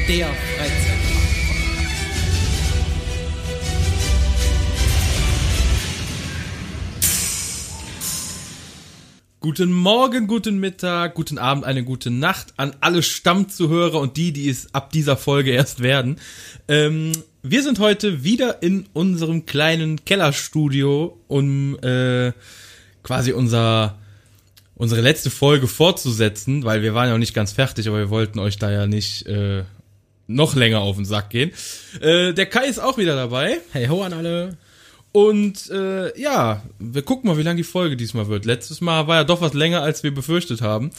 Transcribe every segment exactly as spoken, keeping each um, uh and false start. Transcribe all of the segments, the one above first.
der Freizeit. Guten Morgen, guten Mittag, guten Abend, eine gute Nacht an alle Stammzuhörer und die, die es ab dieser Folge erst werden. Ähm, wir sind heute wieder in unserem kleinen Kellerstudio, um äh, quasi unser unsere letzte Folge fortzusetzen, weil wir waren ja noch nicht ganz fertig, aber wir wollten euch da ja nicht äh, noch länger auf den Sack gehen. Äh, der Kai ist auch wieder dabei. Hey ho an alle. Und äh, ja, wir gucken mal, wie lang die Folge diesmal wird. Letztes Mal war ja doch was länger, als wir befürchtet haben.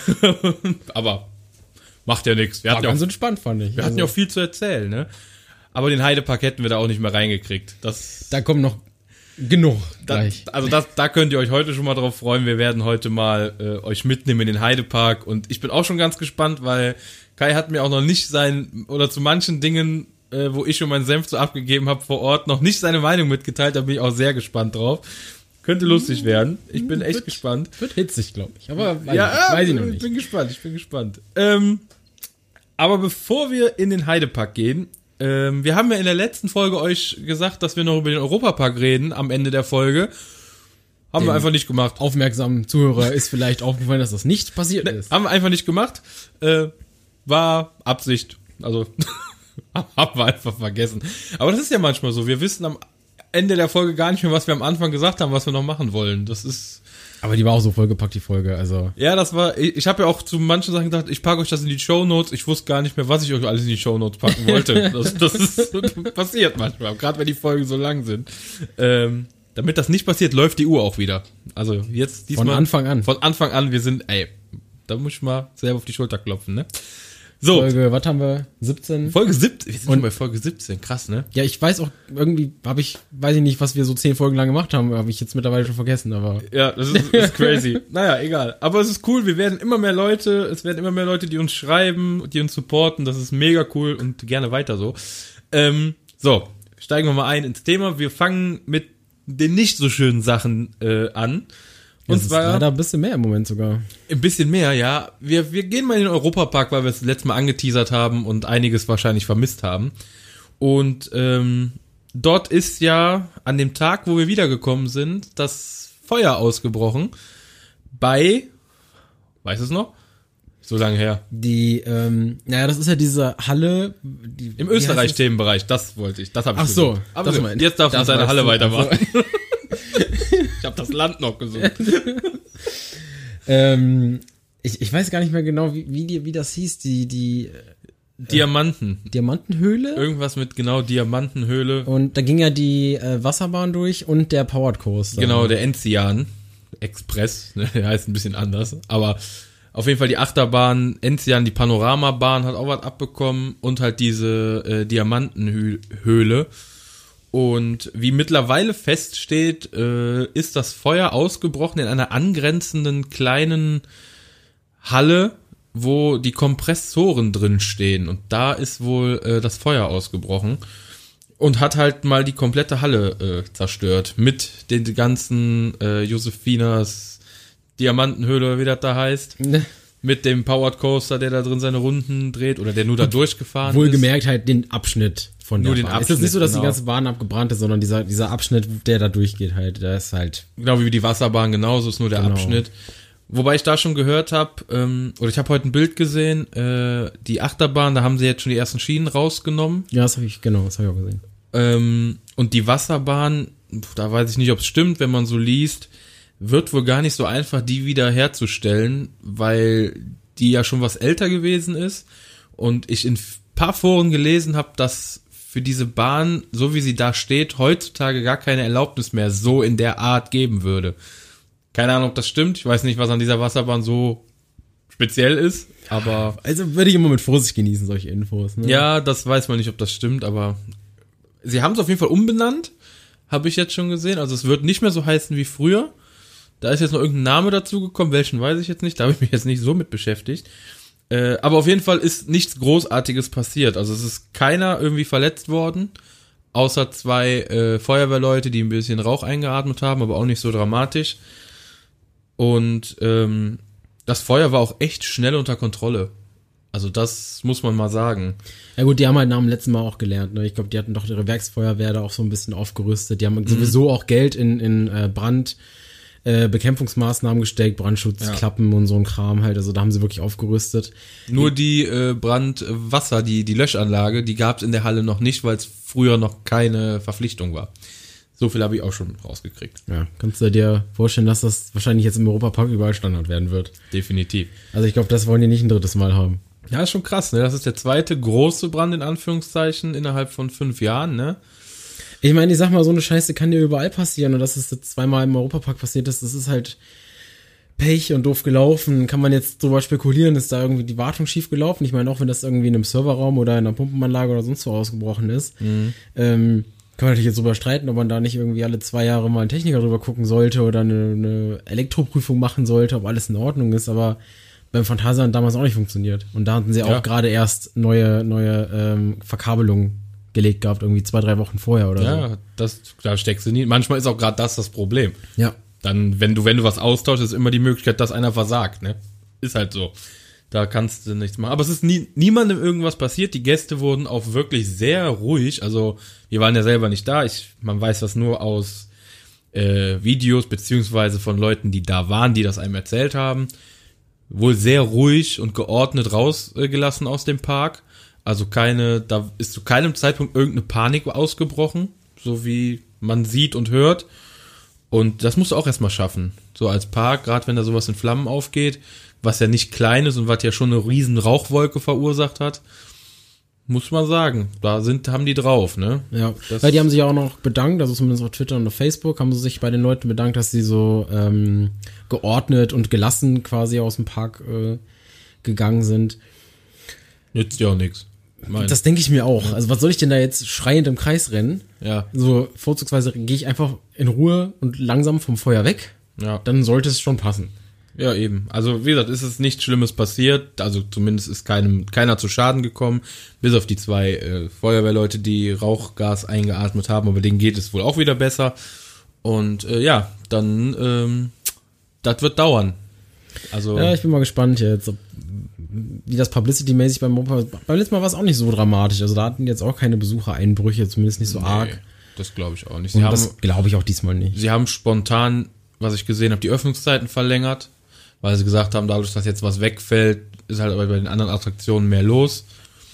Aber macht ja nichts. Wir War hatten ja ganz auch, entspannt, fand ich. wir hatten ja auch viel zu erzählen, ne? Aber den Heidepark hätten wir da auch nicht mehr reingekriegt. Das, Da kommt noch genug da, gleich. also das, da könnt ihr euch heute schon mal drauf freuen. Wir werden heute mal äh, euch mitnehmen in den Heidepark. Und ich bin auch schon ganz gespannt, weil Kai hat mir auch noch nicht sein, oder zu manchen Dingen, äh, wo ich schon meinen Senf so abgegeben habe vor Ort, noch nicht seine Meinung mitgeteilt. Da bin ich auch sehr gespannt drauf. Könnte lustig werden. Ich bin echt wird, gespannt. Wird hitzig, glaube ich. Aber weiß, Ja, ich, weiß ich noch ich nicht. bin gespannt, ich bin gespannt. Ähm, aber bevor wir in den Heidepark gehen, ähm, wir haben ja in der letzten Folge euch gesagt, dass wir noch über den Europapark reden am Ende der Folge. Haben Dem wir einfach nicht gemacht. Aufmerksamen Zuhörer ist vielleicht aufgefallen, dass das nicht passiert ist. Haben wir einfach nicht gemacht. Äh, war Absicht. Also, haben wir einfach vergessen. Aber das ist ja manchmal so. Wir wissen am Ende der Folge gar nicht mehr, was wir am Anfang gesagt haben, was wir noch machen wollen. Das ist... Aber die war auch so vollgepackt, die Folge, also. Ja, das war, ich, ich habe ja auch zu manchen Sachen gedacht, ich packe euch das in die Shownotes. Ich wusste gar nicht mehr, was ich euch alles in die Shownotes packen wollte. Das, das ist passiert manchmal, gerade wenn die Folgen so lang sind. Ähm, damit das nicht passiert, läuft die Uhr auch wieder. Also jetzt diesmal. Von Anfang an. Von Anfang an, wir sind, ey, da muss ich mal selber auf die Schulter klopfen, ne? So. Folge, was haben wir? siebzehn? Folge siebzehn, wir sind Und- schon bei Folge siebzehn, krass, ne? Ja, ich weiß auch, irgendwie habe ich, weiß ich nicht, was wir so zehn Folgen lang gemacht haben, habe ich jetzt mittlerweile schon vergessen, aber. Ja, das ist, ist crazy. Naja, egal. Aber es ist cool, wir werden immer mehr Leute, es werden immer mehr Leute, die uns schreiben, die uns supporten, das ist mega cool und gerne weiter so. Ähm, so, steigen wir mal ein ins Thema. Wir fangen mit den nicht so schönen Sachen äh, an. Und Das ist zwar leider ein bisschen mehr im Moment sogar. ein bisschen mehr, ja. Wir, wir gehen mal in den Europapark, weil wir es letztes Mal angeteasert haben und einiges wahrscheinlich vermisst haben. Und ähm, dort ist ja an dem Tag, wo wir wiedergekommen sind, das Feuer ausgebrochen. Bei, weißt du es noch? So lange her. Die, ähm, naja, das ist ja diese Halle. Die, Im wie heißt Österreich-Themenbereich, das wollte ich, das habe ich Ach so, gesucht. Aber das so, meint- jetzt darfst du das deine weißt Halle du. weitermachen. Ich habe das Land noch gesucht. das? Ähm, ich, ich weiß gar nicht mehr genau, wie, wie, die, wie das hieß, die, die Diamanten. Diamantenhöhle. Irgendwas mit genau Diamantenhöhle. Und da ging ja die äh, Wasserbahn durch und der Powered Coaster. Genau, der Enzian Express, ne, der heißt ein bisschen anders, aber auf jeden Fall die Achterbahn, Enzian, die Panoramabahn hat auch was abbekommen und halt diese äh, Diamantenhöhle. Und wie mittlerweile feststeht, äh, ist das Feuer ausgebrochen in einer angrenzenden kleinen Halle, wo die Kompressoren drin stehen. Und da ist wohl äh, das Feuer ausgebrochen und hat halt mal die komplette Halle äh, zerstört. Mit den ganzen äh, Josephinas Diamantenhöhle, wie das da heißt. Ne, Mit dem Powered Coaster, der da drin seine Runden dreht oder der nur da durchgefahren ist. wohlgemerkt halt den Abschnitt von Nur der den Bahn. Es ist nicht so, dass Abschnitt, die ganze Bahn abgebrannt ist, sondern dieser, dieser Abschnitt, der da durchgeht halt, der ist halt. Genau wie die Wasserbahn, genauso ist nur der Genau. Abschnitt. Wobei ich da schon gehört habe, ähm, oder ich habe heute ein Bild gesehen, äh, die Achterbahn, da haben sie jetzt schon die ersten Schienen rausgenommen. Ja, das habe ich, genau, das habe ich auch gesehen. Ähm, und die Wasserbahn, da weiß ich nicht, ob es stimmt, wenn man so liest, wird wohl gar nicht so einfach, die wieder herzustellen, weil die ja schon was älter gewesen ist. Und ich in ein paar Foren gelesen habe, dass für diese Bahn, so wie sie da steht, heutzutage gar keine Erlaubnis mehr so in der Art geben würde. Keine Ahnung, ob das stimmt. Ich weiß nicht, was an dieser Wasserbahn so speziell ist, aber Also würde ich immer mit Vorsicht genießen, solche Infos. Ne? ja, das weiß man nicht, ob das stimmt, aber sie haben es auf jeden Fall umbenannt, habe ich jetzt schon gesehen. Also es wird nicht mehr so heißen wie früher. Da ist jetzt noch irgendein Name dazugekommen, welchen weiß ich jetzt nicht, da habe ich mich jetzt nicht so mit beschäftigt. Äh, aber auf jeden Fall ist nichts Großartiges passiert. Also es ist keiner irgendwie verletzt worden, außer zwei äh, Feuerwehrleute, die ein bisschen Rauch eingeatmet haben, aber auch nicht so dramatisch. Und ähm, das Feuer war auch echt schnell unter Kontrolle. Also das muss man mal sagen. Ja gut, die haben halt nach dem letzten Mal auch gelernt. Ne? Ich glaube, die hatten doch ihre Werksfeuerwehr da auch so ein bisschen aufgerüstet. Die haben mhm. sowieso auch Geld in, in äh, Brand, äh, Bekämpfungsmaßnahmen gesteckt, Brandschutzklappen ja. und so ein Kram halt. Also da haben sie wirklich aufgerüstet. Nur die äh, Brandwasser, die, die Löschanlage, die gab es in der Halle noch nicht, weil es früher noch keine Verpflichtung war. So viel habe ich auch schon rausgekriegt. Ja, kannst du dir vorstellen, dass das wahrscheinlich jetzt im Europapark überall Standard werden wird? Definitiv. Also ich glaube, das wollen die nicht ein drittes Mal haben. Ja, ist schon krass, ne? Das ist der zweite große Brand in Anführungszeichen innerhalb von fünf Jahren, ne? Ich meine, ich sag mal, so eine Scheiße kann dir überall passieren und dass es jetzt zweimal im Europapark passiert ist, das ist halt Pech und doof gelaufen. Kann man jetzt drüber spekulieren, ist da irgendwie die Wartung schief gelaufen? Ich meine, auch wenn das irgendwie in einem Serverraum oder in einer Pumpenanlage oder sonst wo ausgebrochen ist, mhm. ähm, kann man natürlich jetzt drüber streiten, ob man da nicht irgendwie alle zwei Jahre mal einen Techniker drüber gucken sollte oder eine, eine Elektroprüfung machen sollte, ob alles in Ordnung ist, aber beim Phantasialand hat damals auch nicht funktioniert. Und da hatten sie ja. auch gerade erst neue neue ähm, Verkabelungen gelegt gehabt, irgendwie zwei, drei Wochen vorher oder ja, so. Ja, das, da steckst du nie. Manchmal ist auch gerade das das Problem. Ja. Dann, wenn du, wenn du was austauschst, ist immer die Möglichkeit, dass einer versagt, ne? Ist halt so. Da kannst du nichts machen. Aber es ist nie, niemandem irgendwas passiert. Die Gäste wurden auch wirklich sehr ruhig. Also, wir waren ja selber nicht da. Ich, man weiß das nur aus äh, Videos, beziehungsweise von Leuten, die da waren, die das einem erzählt haben. Wohl sehr ruhig und geordnet rausgelassen aus dem Park. Also keine, da ist zu keinem Zeitpunkt irgendeine Panik ausgebrochen, so wie man sieht und hört. Und das musst du auch erstmal schaffen. So als Park, gerade wenn da sowas in Flammen aufgeht, was ja nicht klein ist und was ja schon eine riesen Rauchwolke verursacht hat, muss man sagen, da sind, haben die drauf, ne? Ja, das weil die haben sich auch noch bedankt, also zumindest auf Twitter und auf Facebook haben sie sich bei den Leuten bedankt, dass sie so ähm, geordnet und gelassen quasi aus dem Park äh, gegangen sind. Nützt ja auch nichts. Das denke ich mir auch. Also was soll ich denn da jetzt schreiend im Kreis rennen? Ja. So vorzugsweise gehe ich einfach in Ruhe und langsam vom Feuer weg. Ja. Dann sollte es schon passen. Ja, eben. Also, wie gesagt, ist es nichts Schlimmes passiert. Also, zumindest ist keinem, keiner zu Schaden gekommen. Bis auf die zwei äh, Feuerwehrleute, die Rauchgas eingeatmet haben. Aber denen geht es wohl auch wieder besser. Und äh, ja, dann, ähm, das wird dauern. Also. Ja, ich bin mal gespannt jetzt, ob, wie das Publicity-mäßig beim Europa. Beim letzten Mal war es auch nicht so dramatisch. Also, da hatten jetzt auch keine Besuchereinbrüche, zumindest nicht so nee, arg. Das glaube ich auch nicht. Sie Und haben, das glaube ich auch diesmal nicht. Sie haben spontan, was ich gesehen habe, die Öffnungszeiten verlängert. Weil sie gesagt haben, dadurch, dass jetzt was wegfällt, ist halt aber bei den anderen Attraktionen mehr los.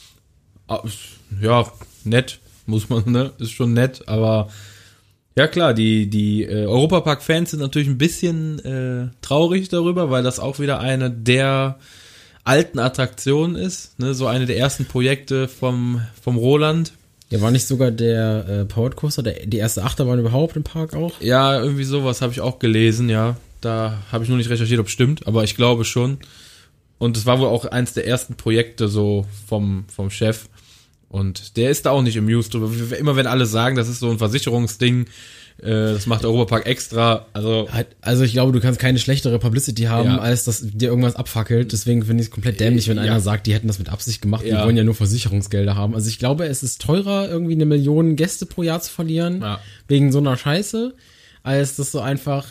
Ja, nett, muss man, ne? Ist schon nett, aber ja klar, die, die äh, Europapark-Fans sind natürlich ein bisschen äh, traurig darüber, weil das auch wieder eine der alten Attraktionen ist, ne? So eine der ersten Projekte vom, vom Roland. Ja, war nicht sogar der äh, Powered Coaster, der, die erste Achterbahn überhaupt im Park auch? Ja, irgendwie sowas habe ich auch gelesen, ja. Da habe ich nur nicht recherchiert, ob es stimmt, aber ich glaube schon. Und es war wohl auch eins der ersten Projekte so vom, vom Chef. Und der ist da auch nicht amused drüber. Immer wenn alle sagen, das ist so ein Versicherungsding, äh, das macht Europapark extra. Also, also ich glaube, du kannst keine schlechtere Publicity haben, ja. als dass dir irgendwas abfackelt. Deswegen finde ich es komplett dämlich, wenn ja. einer sagt, die hätten das mit Absicht gemacht. Ja. Die wollen ja nur Versicherungsgelder haben. Also ich glaube, es ist teurer, irgendwie eine Million Gäste pro Jahr zu verlieren, ja. wegen so einer Scheiße, als dass du einfach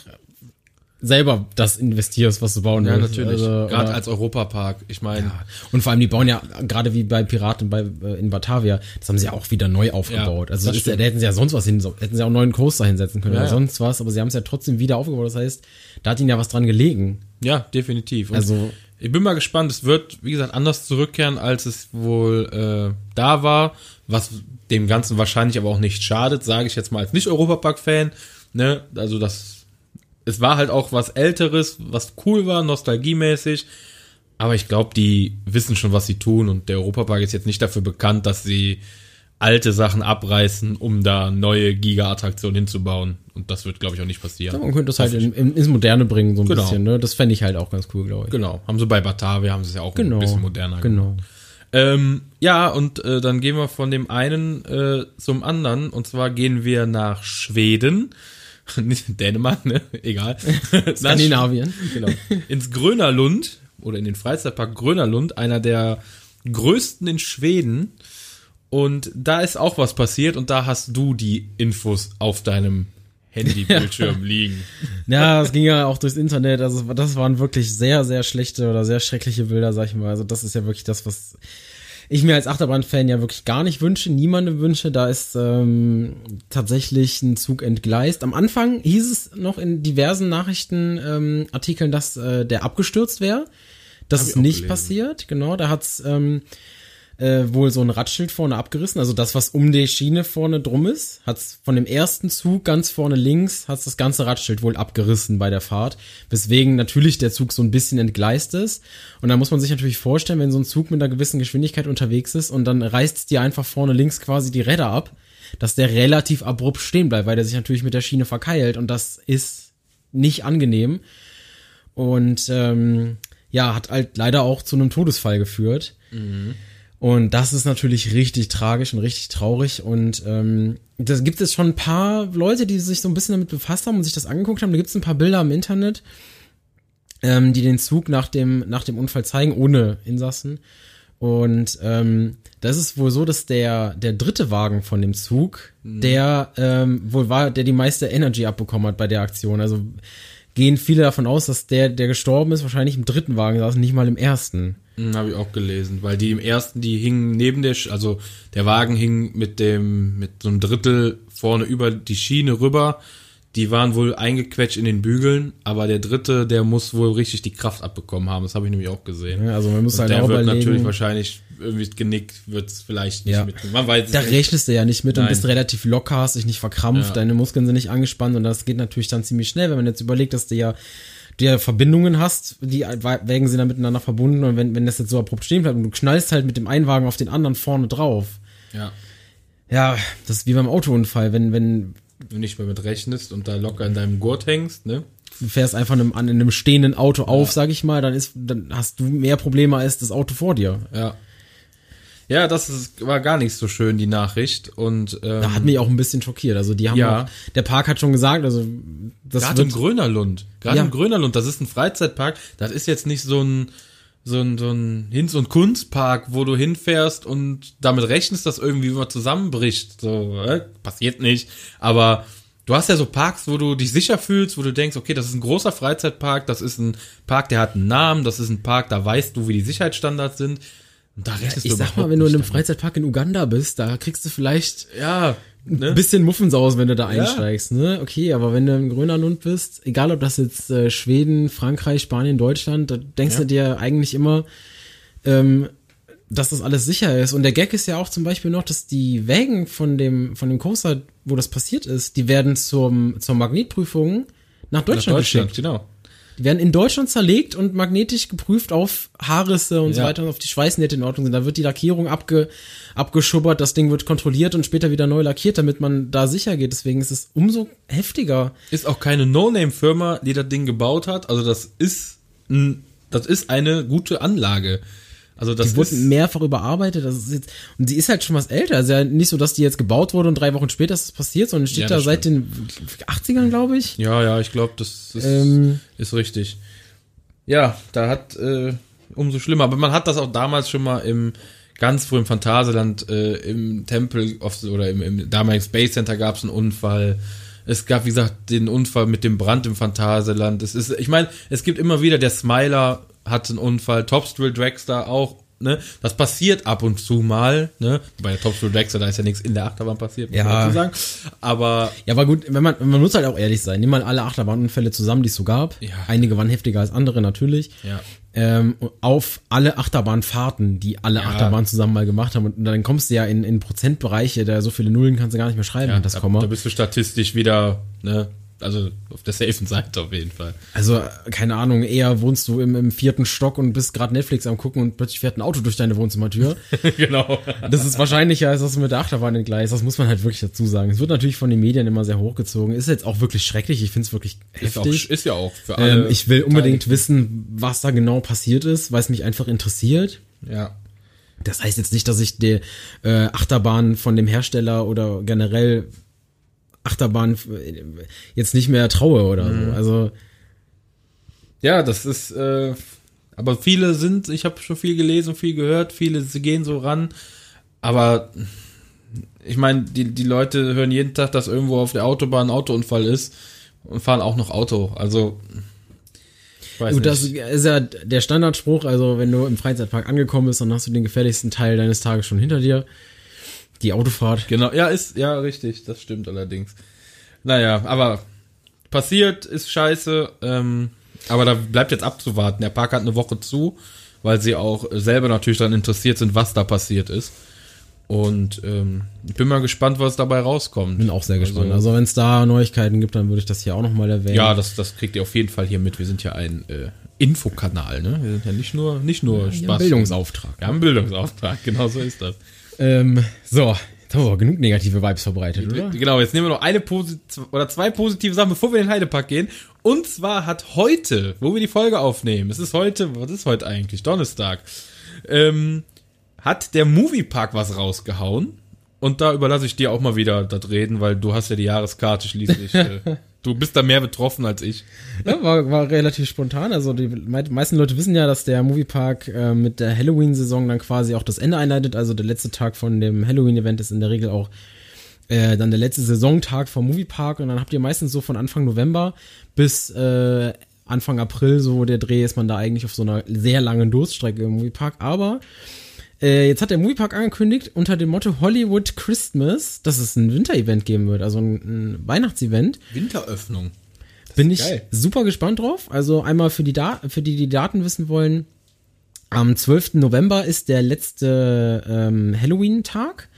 selber das investierst, was du bauen willst. willst. Ja, natürlich. Also, gerade als Europapark. Ich meine. Ja. Und vor allem, die bauen ja, gerade wie bei Piraten bei äh, in Batavia, das haben sie ja auch wieder neu aufgebaut. Ja, also ist, da hätten sie ja sonst was hin, hätten sie auch einen neuen Coaster hinsetzen können ja, oder ja. sonst was, aber sie haben es ja trotzdem wieder aufgebaut. Das heißt, da hat ihnen ja was dran gelegen. Ja, definitiv. Und also ich bin mal gespannt. Es wird, wie gesagt, anders zurückkehren, als es wohl äh, da war, was dem Ganzen wahrscheinlich aber auch nicht schadet, sage ich jetzt mal als Nicht-Europapark-Fan. Ne? Also das Es war halt auch was Älteres, was cool war, nostalgiemäßig. Aber ich glaube, die wissen schon, was sie tun. Und der Europapark ist jetzt nicht dafür bekannt, dass sie alte Sachen abreißen, um da neue Giga-Attraktionen hinzubauen. Und das wird, glaube ich, auch nicht passieren. Ja, man könnte das halt in, in, ins Moderne bringen, so ein genau. bisschen. Ne? Das fände ich halt auch ganz cool, glaube ich. Genau. Haben sie bei Batavia, haben sie es ja auch genau. ein bisschen moderner genau. gemacht. Ähm, ja, und äh, dann gehen wir von dem einen äh, zum anderen. Und zwar gehen wir nach Schweden. Nicht Dänemark, ne? Egal. Skandinavien. Genau. Ins Grönerlund oder in den Freizeitpark Grönerlund, einer der größten in Schweden. Und da ist auch was passiert und da hast du die Infos auf deinem Handybildschirm liegen. Ja, es ging ja auch durchs Internet, also das waren wirklich sehr, sehr schlechte oder sehr schreckliche Bilder, sag ich mal. Also das ist ja wirklich das, was ich mir als Achterbahn-Fan ja wirklich gar nicht wünsche, niemandem wünsche. Da ist ähm, tatsächlich ein Zug entgleist. Am Anfang hieß es noch in diversen Nachrichtenartikeln, ähm, Artikeln, dass äh, der abgestürzt wäre. Das ist nicht gelesen. passiert, genau. Da hat's ähm, äh, wohl so ein Radschild vorne abgerissen. Also das, was um die Schiene vorne drum ist, hat's von dem ersten Zug ganz vorne links, hat's das ganze Radschild wohl abgerissen bei der Fahrt. Weswegen natürlich der Zug so ein bisschen entgleist ist. Und da muss man sich natürlich vorstellen, wenn so ein Zug mit einer gewissen Geschwindigkeit unterwegs ist und dann reißt's dir einfach vorne links quasi die Räder ab, dass der relativ abrupt stehen bleibt, weil der sich natürlich mit der Schiene verkeilt. Und das ist nicht angenehm. Und ähm, ja, hat halt leider auch zu einem Todesfall geführt. Mhm. Und das ist natürlich richtig tragisch und richtig traurig. Und ähm, da gibt es schon ein paar Leute, die sich so ein bisschen damit befasst haben und sich das angeguckt haben. Da gibt es ein paar Bilder im Internet, ähm, die den Zug nach dem nach dem Unfall zeigen, ohne Insassen. Und ähm, das ist wohl so, dass der der dritte Wagen von dem Zug, mhm. der ähm, wohl war, der die meiste Energy abbekommen hat bei der Aktion. Also gehen viele davon aus, dass der, der gestorben ist, wahrscheinlich im dritten Wagen saß, nicht mal im ersten. Hm, habe ich auch gelesen, weil die im ersten, die hingen neben der, Sch- also der Wagen hing mit dem, mit so einem Drittel vorne über die Schiene rüber. Die waren wohl eingequetscht in den Bügeln, aber der dritte, der muss wohl richtig die Kraft abbekommen haben. Das habe ich nämlich auch gesehen. Ja, also man muss und halt der auch wird überlegen, natürlich wahrscheinlich irgendwie genickt, wird es vielleicht nicht ja. mit. Man weiß es da nicht. rechnest du ja nicht mit und Nein. bist relativ locker, hast dich nicht verkrampft, Ja. deine Muskeln sind nicht angespannt und das geht natürlich dann ziemlich schnell, wenn man jetzt überlegt, dass du ja du ja Verbindungen hast, die Wägen sind dann miteinander verbunden und wenn, wenn das jetzt so abrupt stehen bleibt und du knallst halt mit dem einen Wagen auf den anderen vorne drauf. Ja. Ja, das ist wie beim Autounfall, wenn, wenn Du nicht mehr mit rechnest und da locker in deinem Gurt hängst, ne? du fährst einfach in einem, an in einem stehenden Auto auf, Ja. sag ich mal, dann ist, dann hast du mehr Probleme als das Auto vor dir. Ja. Ja, das ist, war gar nicht so schön, die Nachricht. Und ähm, Da hat mich auch ein bisschen schockiert. Also die haben Ja. auch, der Park hat schon gesagt, also das gerade im wird, Grönerlund. Gerade Ja. im Grönerlund, das ist ein Freizeitpark. Das ist jetzt nicht so ein so ein so ein Hinz- und Kunstpark, wo du hinfährst und damit rechnest, dass irgendwie immer zusammenbricht. So, äh, passiert nicht. Aber du hast ja so Parks, wo du dich sicher fühlst, wo du denkst, okay, das ist ein großer Freizeitpark, das ist ein Park, der hat einen Namen, das ist ein Park, da weißt du, wie die Sicherheitsstandards sind. Und da rechnest ich du sag überhaupt mal, wenn du in nicht einem damit. Freizeitpark in Uganda bist, da kriegst du vielleicht Ja, ein ne? bisschen Muffensausen, wenn du da Ja. einsteigst, ne? Okay, aber wenn du im Grönerlund bist, egal ob das jetzt äh, Schweden, Frankreich, Spanien, Deutschland, da denkst Ja. du dir eigentlich immer, ähm, dass das alles sicher ist. Und der Gag ist ja auch zum Beispiel noch, dass die Wägen von dem, von dem Coaster, wo das passiert ist, die werden zum, zur Magnetprüfung nach Deutschland, Nach Deutschland, geschickt. genau. Die werden in Deutschland zerlegt und magnetisch geprüft auf Haarrisse und so Ja. weiter und auf die Schweißnähte in Ordnung sind. Da wird die Lackierung abge, abgeschubbert, das Ding wird kontrolliert und später wieder neu lackiert, damit man da sicher geht. Deswegen ist es umso heftiger. Ist auch keine No-Name-Firma, die das Ding gebaut hat. Also das ist ein, das ist eine gute Anlage. Also das Die wurde ist mehrfach überarbeitet. Das ist jetzt, und die ist halt schon was älter. Also ja nicht so, dass die jetzt gebaut wurde und drei Wochen später ist das passiert, sondern steht Ja, da das seit den achtzigern, glaube ich. ja, ja, ich glaube, das ist, Ähm. ist richtig. Ja, da hat äh, umso schlimmer. Aber man hat das auch damals schon mal im ganz früh im Phantasialand äh, im Tempel of, oder im, im damaligen Space Center gab es einen Unfall. Es gab, wie gesagt, den Unfall mit dem Brand im Phantasialand. Es ist, ich meine, es gibt immer wieder, der Smiler hat einen Unfall, Topthrill Dragster auch, ne? Das passiert ab und zu mal, ne? Bei der Topthrill Dragster, da ist ja nichts in der Achterbahn passiert, muss Ja. man dazu sagen. Aber Ja, aber gut, wenn man, man muss halt auch ehrlich sein. Nimm mal alle Achterbahnunfälle zusammen, die es so gab. Ja. Einige waren heftiger als andere, natürlich. ja. Ähm, auf alle Achterbahnfahrten, die alle Ja. Achterbahnen zusammen mal gemacht haben. Und dann kommst du ja in, in Prozentbereiche, da so viele Nullen kannst du gar nicht mehr schreiben, Ja, das da, Komma. da bist du statistisch wieder, ne, also auf der safen Seite auf jeden Fall. Also, keine Ahnung, eher wohnst du im, im vierten Stock und bist gerade Netflix am gucken und plötzlich fährt ein Auto durch deine Wohnzimmertür. Genau. Das ist wahrscheinlicher, als dass du mit der Achterbahn entgleist. Das muss man halt wirklich dazu sagen. Es wird natürlich von den Medien immer sehr hochgezogen. Ist jetzt auch wirklich schrecklich. Ich finde es wirklich Ist, auch, heftig. ist ja auch für alle. Ähm, ich will unbedingt Beteiligten. wissen, was da genau passiert ist, weil es mich einfach interessiert. Ja. Das heißt jetzt nicht, dass ich die äh, Achterbahn von dem Hersteller oder generell Achterbahn äh, jetzt nicht mehr traue oder Mhm. so. Also Ja, das ist, äh, aber viele sind, ich habe schon viel gelesen, viel gehört, viele sie gehen so ran, aber ich meine, die, die Leute hören jeden Tag, dass irgendwo auf der Autobahn ein Autounfall ist und fahren auch noch Auto. Also, ich weiß Gut, das nicht. ist ja der Standardspruch, also wenn du im Freizeitpark angekommen bist, dann hast du den gefährlichsten Teil deines Tages schon hinter dir. Die Autofahrt. Genau, ja, ist, ja, richtig, das stimmt allerdings. Naja, aber passiert, ist scheiße, ähm, aber da bleibt jetzt abzuwarten. Der Park hat eine Woche zu, weil sie auch selber natürlich daran interessiert sind, was da passiert ist. Und ähm, ich bin mal gespannt, was dabei rauskommt. Bin auch sehr gespannt. Also, also wenn es da Neuigkeiten gibt, dann würde ich das hier auch nochmal erwähnen. Ja, das, das kriegt ihr auf jeden Fall hier mit. Wir sind ja ein äh, Infokanal, ne? Wir sind ja nicht nur, nicht nur ja, Spaß. Ja, Bildungsauftrag. Wir haben einen Bildungsauftrag, genau so ist das. Ähm, so, jetzt haben wir aber genug negative Vibes verbreitet, oder? Genau, jetzt nehmen wir noch eine Posit- oder zwei positive Sachen, bevor wir in den Heidepark gehen. Und zwar hat heute, wo wir die Folge aufnehmen, es ist heute, was ist heute eigentlich? Donnerstag. Ähm, hat der Moviepark was rausgehauen. Und da überlasse ich dir auch mal wieder das Reden, weil du hast ja die Jahreskarte schließlich. äh, du bist da mehr betroffen als ich. Ja, war, war relativ spontan. Also die me- meisten Leute wissen ja, dass der Moviepark äh, mit der Halloween-Saison dann quasi auch das Ende einleitet. Also der letzte Tag von dem Halloween-Event ist in der Regel auch äh, dann der letzte Saisontag vom Moviepark. Und dann habt ihr meistens so von Anfang November bis äh, Anfang April, so der Dreh, ist man da eigentlich auf so einer sehr langen Durststrecke im Moviepark. Aber Äh, jetzt hat der Moviepark angekündigt, unter dem Motto Hollywood Christmas, dass es ein Winter-Event geben wird, also ein, ein Weihnachtsevent. Winteröffnung. Bin ich geil. super gespannt drauf. Also einmal für die, da- für die, die Daten wissen wollen, am zwölften November ist der letzte ähm, Halloween-Tag.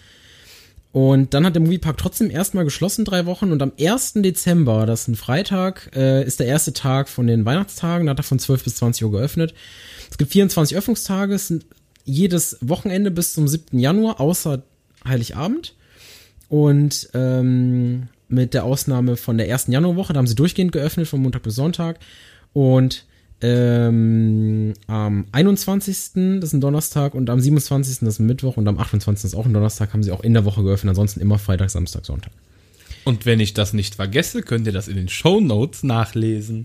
Und dann hat der Moviepark trotzdem erstmal geschlossen, drei Wochen. Und am ersten Dezember, das ist ein Freitag, äh, ist der erste Tag von den Weihnachtstagen. Da hat er von zwölf bis zwanzig Uhr geöffnet. Es gibt vierundzwanzig Öffnungstage, es sind jedes Wochenende bis zum siebten Januar, außer Heiligabend. Und ähm, mit der Ausnahme von der ersten Januarwoche, da haben sie durchgehend geöffnet, von Montag bis Sonntag. Und ähm, am einundzwanzigsten, das ist ein Donnerstag, und am siebenundzwanzigsten, das ist ein Mittwoch, und am achtundzwanzigsten ist auch ein Donnerstag, haben sie auch in der Woche geöffnet, ansonsten immer Freitag, Samstag, Sonntag. Und wenn ich das nicht vergesse, könnt ihr das in den Shownotes nachlesen.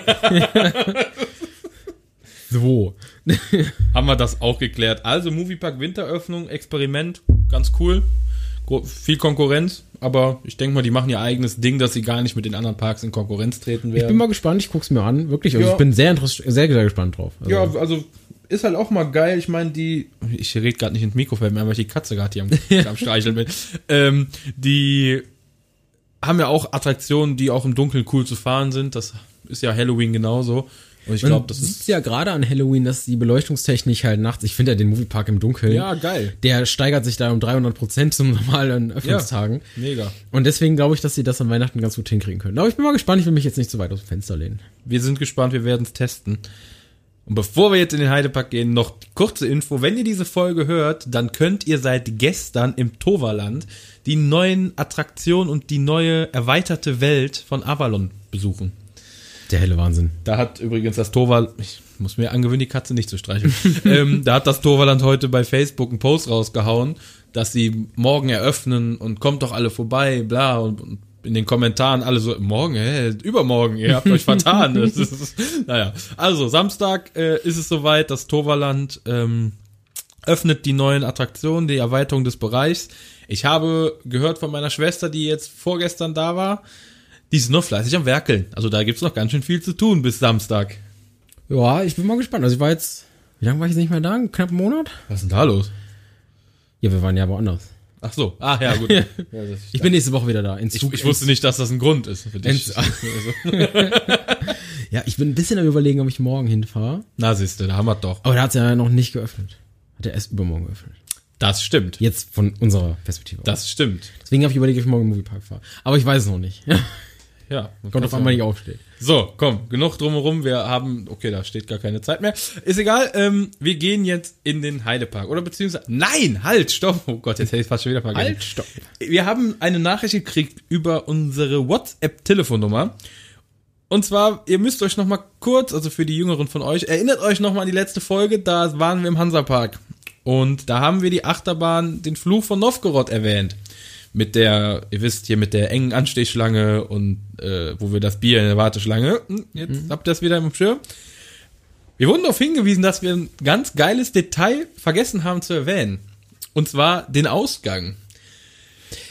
So. Haben wir das auch geklärt. Also Moviepark Winteröffnung, Experiment, ganz cool. Gro- viel Konkurrenz, aber ich denke mal, die machen ihr eigenes Ding, dass sie gar nicht mit den anderen Parks in Konkurrenz treten werden. Ich bin mal gespannt, ich guck's mir an, wirklich. Also Ja. ich bin sehr, interess- sehr, sehr gespannt drauf. Also, ja, also ist halt auch mal geil. Ich meine, die, ich rede gerade nicht ins Mikrofon mehr, weil ich die Katze gerade hier am, am Streicheln bin. Ähm, die haben ja auch Attraktionen, die auch im Dunkeln cool zu fahren sind. Das ist ja Halloween genauso. Und ich Man glaube, das sieht ist ja gerade an Halloween, dass die Beleuchtungstechnik halt nachts, ich finde ja den Moviepark im Dunkeln, ja geil, der steigert sich da um dreihundert Prozent zum normalen Öffnungstagen. mega. Und deswegen glaube ich, dass sie das an Weihnachten ganz gut hinkriegen können. Aber ich bin mal gespannt, ich will mich jetzt nicht zu weit aus dem Fenster lehnen. Wir sind gespannt, wir werden es testen. Und bevor wir jetzt in den Heidepark gehen, noch kurze Info. Wenn ihr diese Folge hört, dann könnt ihr seit gestern im Toverland die neuen Attraktionen und die neue erweiterte Welt von Avalon besuchen. Der helle Wahnsinn. Da hat übrigens das Toverland, ich muss mir angewöhnen, die Katze nicht zu streicheln, ähm, da hat das Toverland heute bei Facebook einen Post rausgehauen, dass sie morgen eröffnen und kommt doch alle vorbei, bla, und, und in den Kommentaren alle so, morgen, hä, übermorgen, ihr habt euch vertan. Das ist, naja, also Samstag äh, ist es soweit, das Toverland ähm, öffnet die neuen Attraktionen, die Erweiterung des Bereichs. Ich habe gehört von meiner Schwester, die jetzt vorgestern da war, die ist noch fleißig am Werkeln. Also da gibt's noch ganz schön viel zu tun bis Samstag. Ja, ich bin mal gespannt. Also ich war jetzt, wie lange war ich jetzt nicht mehr da? Knapp einen Monat? Was ist denn da los? Ja, wir waren ja woanders. Ach so, ah ja, gut. Ja, das- Ich bin nächste Woche wieder da. In ich, Zug, ich wusste nicht, dass das ein Grund ist für dich. Ins- Ja, ich bin ein bisschen am Überlegen, ob ich morgen hinfahre. Na siehste, da haben wir doch. Aber da hat's ja noch nicht geöffnet. Hat er erst übermorgen geöffnet. Das stimmt. Jetzt von unserer Perspektive aus. Das stimmt. Deswegen habe ich überlegt, ob ich morgen im Moviepark fahre. Aber ich weiß es noch nicht. Ja. Kommt auf einmal nicht aufsteht. So, komm, genug drumherum. Wir haben, okay, da steht gar keine Zeit mehr. Ist egal, ähm, wir gehen jetzt in den Heidepark. Oder beziehungsweise, nein, halt, stopp. Oh Gott, jetzt hätte ich fast schon wieder vergessen. Halt, stopp. Wir haben eine Nachricht gekriegt über unsere WhatsApp-Telefonnummer. Und zwar, ihr müsst euch noch mal kurz, also für die Jüngeren von euch, erinnert euch noch mal an die letzte Folge, da waren wir im Hansapark. Und da haben wir die Achterbahn, den Fluch von Novgorod erwähnt. Mit der, ihr wisst, hier mit der engen Anstehschlange und äh, wo wir das Bier in der Warteschlange, hm, jetzt mhm. habt ihr das wieder im Schirm. Wir wurden darauf hingewiesen, dass wir ein ganz geiles Detail vergessen haben zu erwähnen. Und zwar den Ausgang.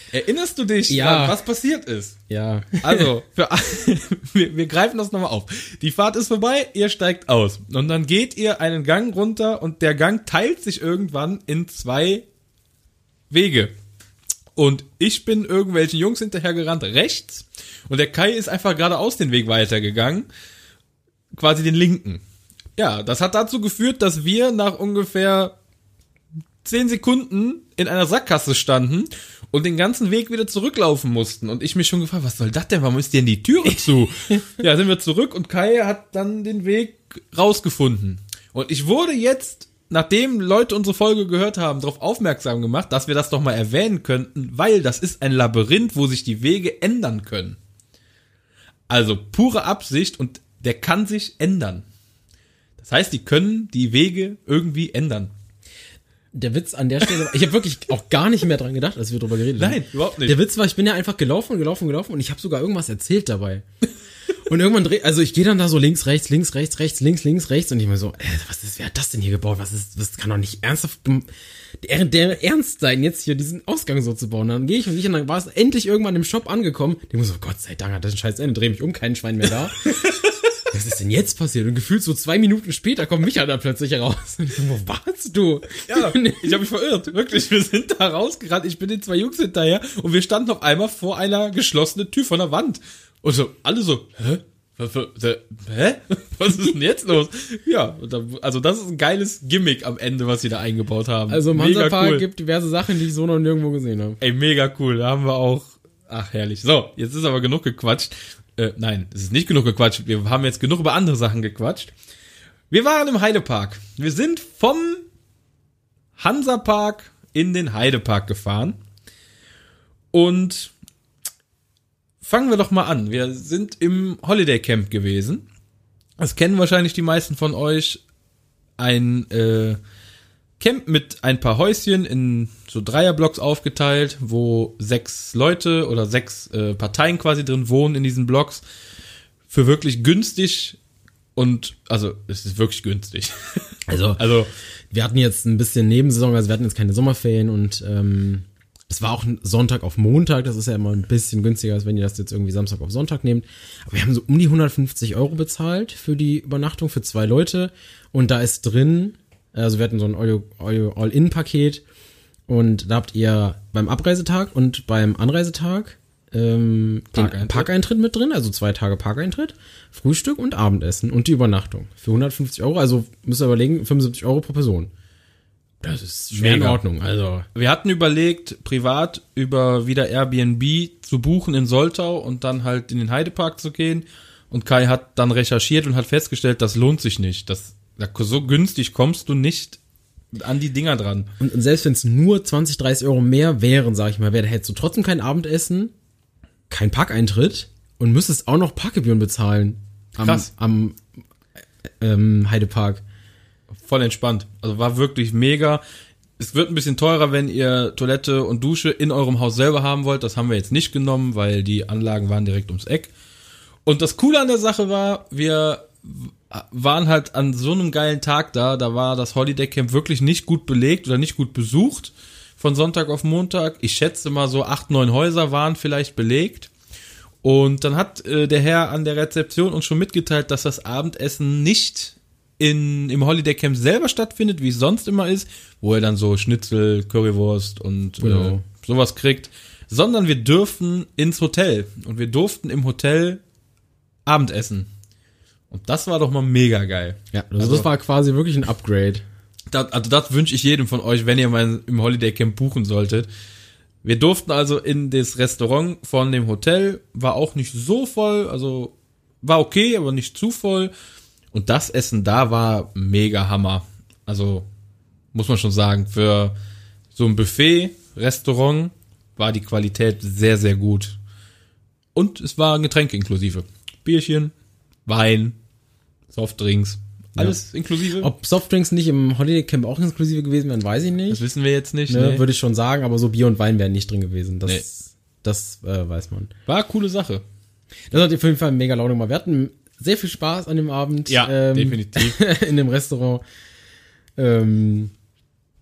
Erinnerst du dich, Ja. was passiert ist? Ja. Also, für, wir, wir greifen das nochmal auf. Die Fahrt ist vorbei, ihr steigt aus. Und dann geht ihr einen Gang runter und der Gang teilt sich irgendwann in zwei Wege. Und ich bin irgendwelchen Jungs hinterhergerannt, rechts. Und der Kai ist einfach geradeaus den Weg weitergegangen. Quasi den linken. Ja, das hat dazu geführt, dass wir nach ungefähr zehn Sekunden in einer Sackgasse standen und den ganzen Weg wieder zurücklaufen mussten. Und ich mich schon gefragt, was soll das denn? Warum ist denn die Türe zu? Ja, sind wir zurück und Kai hat dann den Weg rausgefunden. Und ich wurde jetzt, nachdem Leute unsere Folge gehört haben, darauf aufmerksam gemacht, dass wir das doch mal erwähnen könnten, weil das ist ein Labyrinth, wo sich die Wege ändern können. Also pure Absicht und der kann sich ändern. Das heißt, die können die Wege irgendwie ändern. Der Witz an der Stelle, ich habe wirklich auch gar nicht mehr dran gedacht, als wir drüber geredet haben. Nein, überhaupt nicht. Der Witz war, ich bin ja einfach gelaufen und gelaufen und gelaufen und ich habe sogar irgendwas erzählt dabei. Und irgendwann dreh, also ich gehe dann da so links, rechts, links, rechts, rechts, links, links, rechts und ich mir so, äh, was ist, wer hat das denn hier gebaut? Was ist, das kann doch nicht ernsthaft, der, der Ernst sein, jetzt hier diesen Ausgang so zu bauen. Und dann gehe ich und ich und dann war es endlich irgendwann im Shop angekommen. Ich muss so, Gott sei Dank hat das ein scheiß Ende, dreh mich um, kein Schwein mehr da. Was ist denn jetzt passiert? Und gefühlt so zwei Minuten später kommt Micha da plötzlich heraus. Und ich so, wo warst du? Ja, ich habe mich verirrt. Wirklich, wir sind da rausgerannt. Ich bin den zwei Jungs hinterher und wir standen auf einmal vor einer geschlossenen Tür von der Wand. Und so, alle so, hä? Was, für, hä? Was ist denn jetzt los? Ja, also das ist ein geiles Gimmick am Ende, was sie da eingebaut haben. Also im Hansapark cool. gibt diverse Sachen, die ich so noch nirgendwo gesehen habe. Ey, mega cool. Da haben wir auch, ach herrlich. So, jetzt ist aber genug gequatscht. Äh, nein, es ist nicht genug gequatscht. Wir haben jetzt genug über andere Sachen gequatscht. Wir waren im Heidepark. Wir sind vom Hansapark in den Heidepark gefahren. Und fangen wir doch mal an. Wir sind im Holiday Camp gewesen. Das kennen wahrscheinlich die meisten von euch. Ein äh, Camp mit ein paar Häuschen in so Dreierblocks aufgeteilt, wo sechs Leute oder sechs äh, Parteien quasi drin wohnen in diesen Blocks. Für wirklich günstig und, also, es ist wirklich günstig. Also, Also, wir hatten jetzt ein bisschen Nebensaison, also wir hatten jetzt keine Sommerferien und ähm, es war auch ein Sonntag auf Montag, das ist ja immer ein bisschen günstiger, als wenn ihr das jetzt irgendwie Samstag auf Sonntag nehmt. Aber wir haben so um die hundertfünfzig Euro bezahlt für die Übernachtung für zwei Leute und da ist drin, also wir hatten so ein All-In-Paket und da habt ihr beim Abreisetag und beim Anreisetag ähm, den Parkeintritt. Parkeintritt mit drin, also zwei Tage Parkeintritt, Frühstück und Abendessen und die Übernachtung für hundertfünfzig Euro, also müsst ihr überlegen, fünfundsiebzig Euro pro Person. Das ist schwer in Mega. Ordnung, also. wir hatten überlegt, privat über wieder Airbnb zu buchen in Soltau und dann halt in den Heidepark zu gehen. Und Kai hat dann recherchiert und hat festgestellt, das lohnt sich nicht. Das, so günstig kommst du nicht an die Dinger dran. Und selbst wenn es nur zwanzig, dreißig Euro mehr wären, sag ich mal, wäre, hättest du trotzdem kein Abendessen, kein Parkeintritt und müsstest auch noch Parkgebühren bezahlen. Am, Krass. am ähm, Heidepark. Voll entspannt. Also war wirklich mega. Es wird ein bisschen teurer, wenn ihr Toilette und Dusche in eurem Haus selber haben wollt. Das haben wir jetzt nicht genommen, weil die Anlagen waren direkt ums Eck. Und das Coole an der Sache war, wir waren halt an so einem geilen Tag da. Da war das Holiday Camp wirklich nicht gut belegt oder nicht gut besucht. Von Sonntag auf Montag. Ich schätze mal so acht, neun Häuser waren vielleicht belegt. Und dann hat äh, der Herr an der Rezeption uns schon mitgeteilt, dass das Abendessen nicht in im Holiday Camp selber stattfindet, wie es sonst immer ist, wo er dann so Schnitzel, Currywurst und Genau. äh, sowas kriegt, sondern wir dürfen ins Hotel und wir durften im Hotel Abendessen. Und das war doch mal mega geil. Ja, also, Also- das war quasi wirklich ein Upgrade. Das, also das wünsche ich jedem von euch, wenn ihr mal im Holiday Camp buchen solltet. Wir durften also in das Restaurant von dem Hotel, war auch nicht so voll, also war okay, aber nicht zu voll. Und das Essen da war mega Hammer. Also muss man schon sagen, für so ein Buffet-Restaurant war die Qualität sehr, sehr gut. Und es war Getränke inklusive. Bierchen, Wein, Softdrinks, alles inklusive. Ob Softdrinks nicht im Holiday Camp auch inklusive gewesen wären, weiß ich Das nicht. wissen wir jetzt nicht. Ne, Nee. würde ich schon sagen, aber so Bier und Wein wären nicht drin gewesen. Das, Nee. das äh, weiß man. War eine coole Sache. Das hat auf jeden Fall mega Laune gemacht. Wir hatten sehr viel Spaß an dem Abend. Ja, ähm, definitiv. in dem Restaurant. Ähm,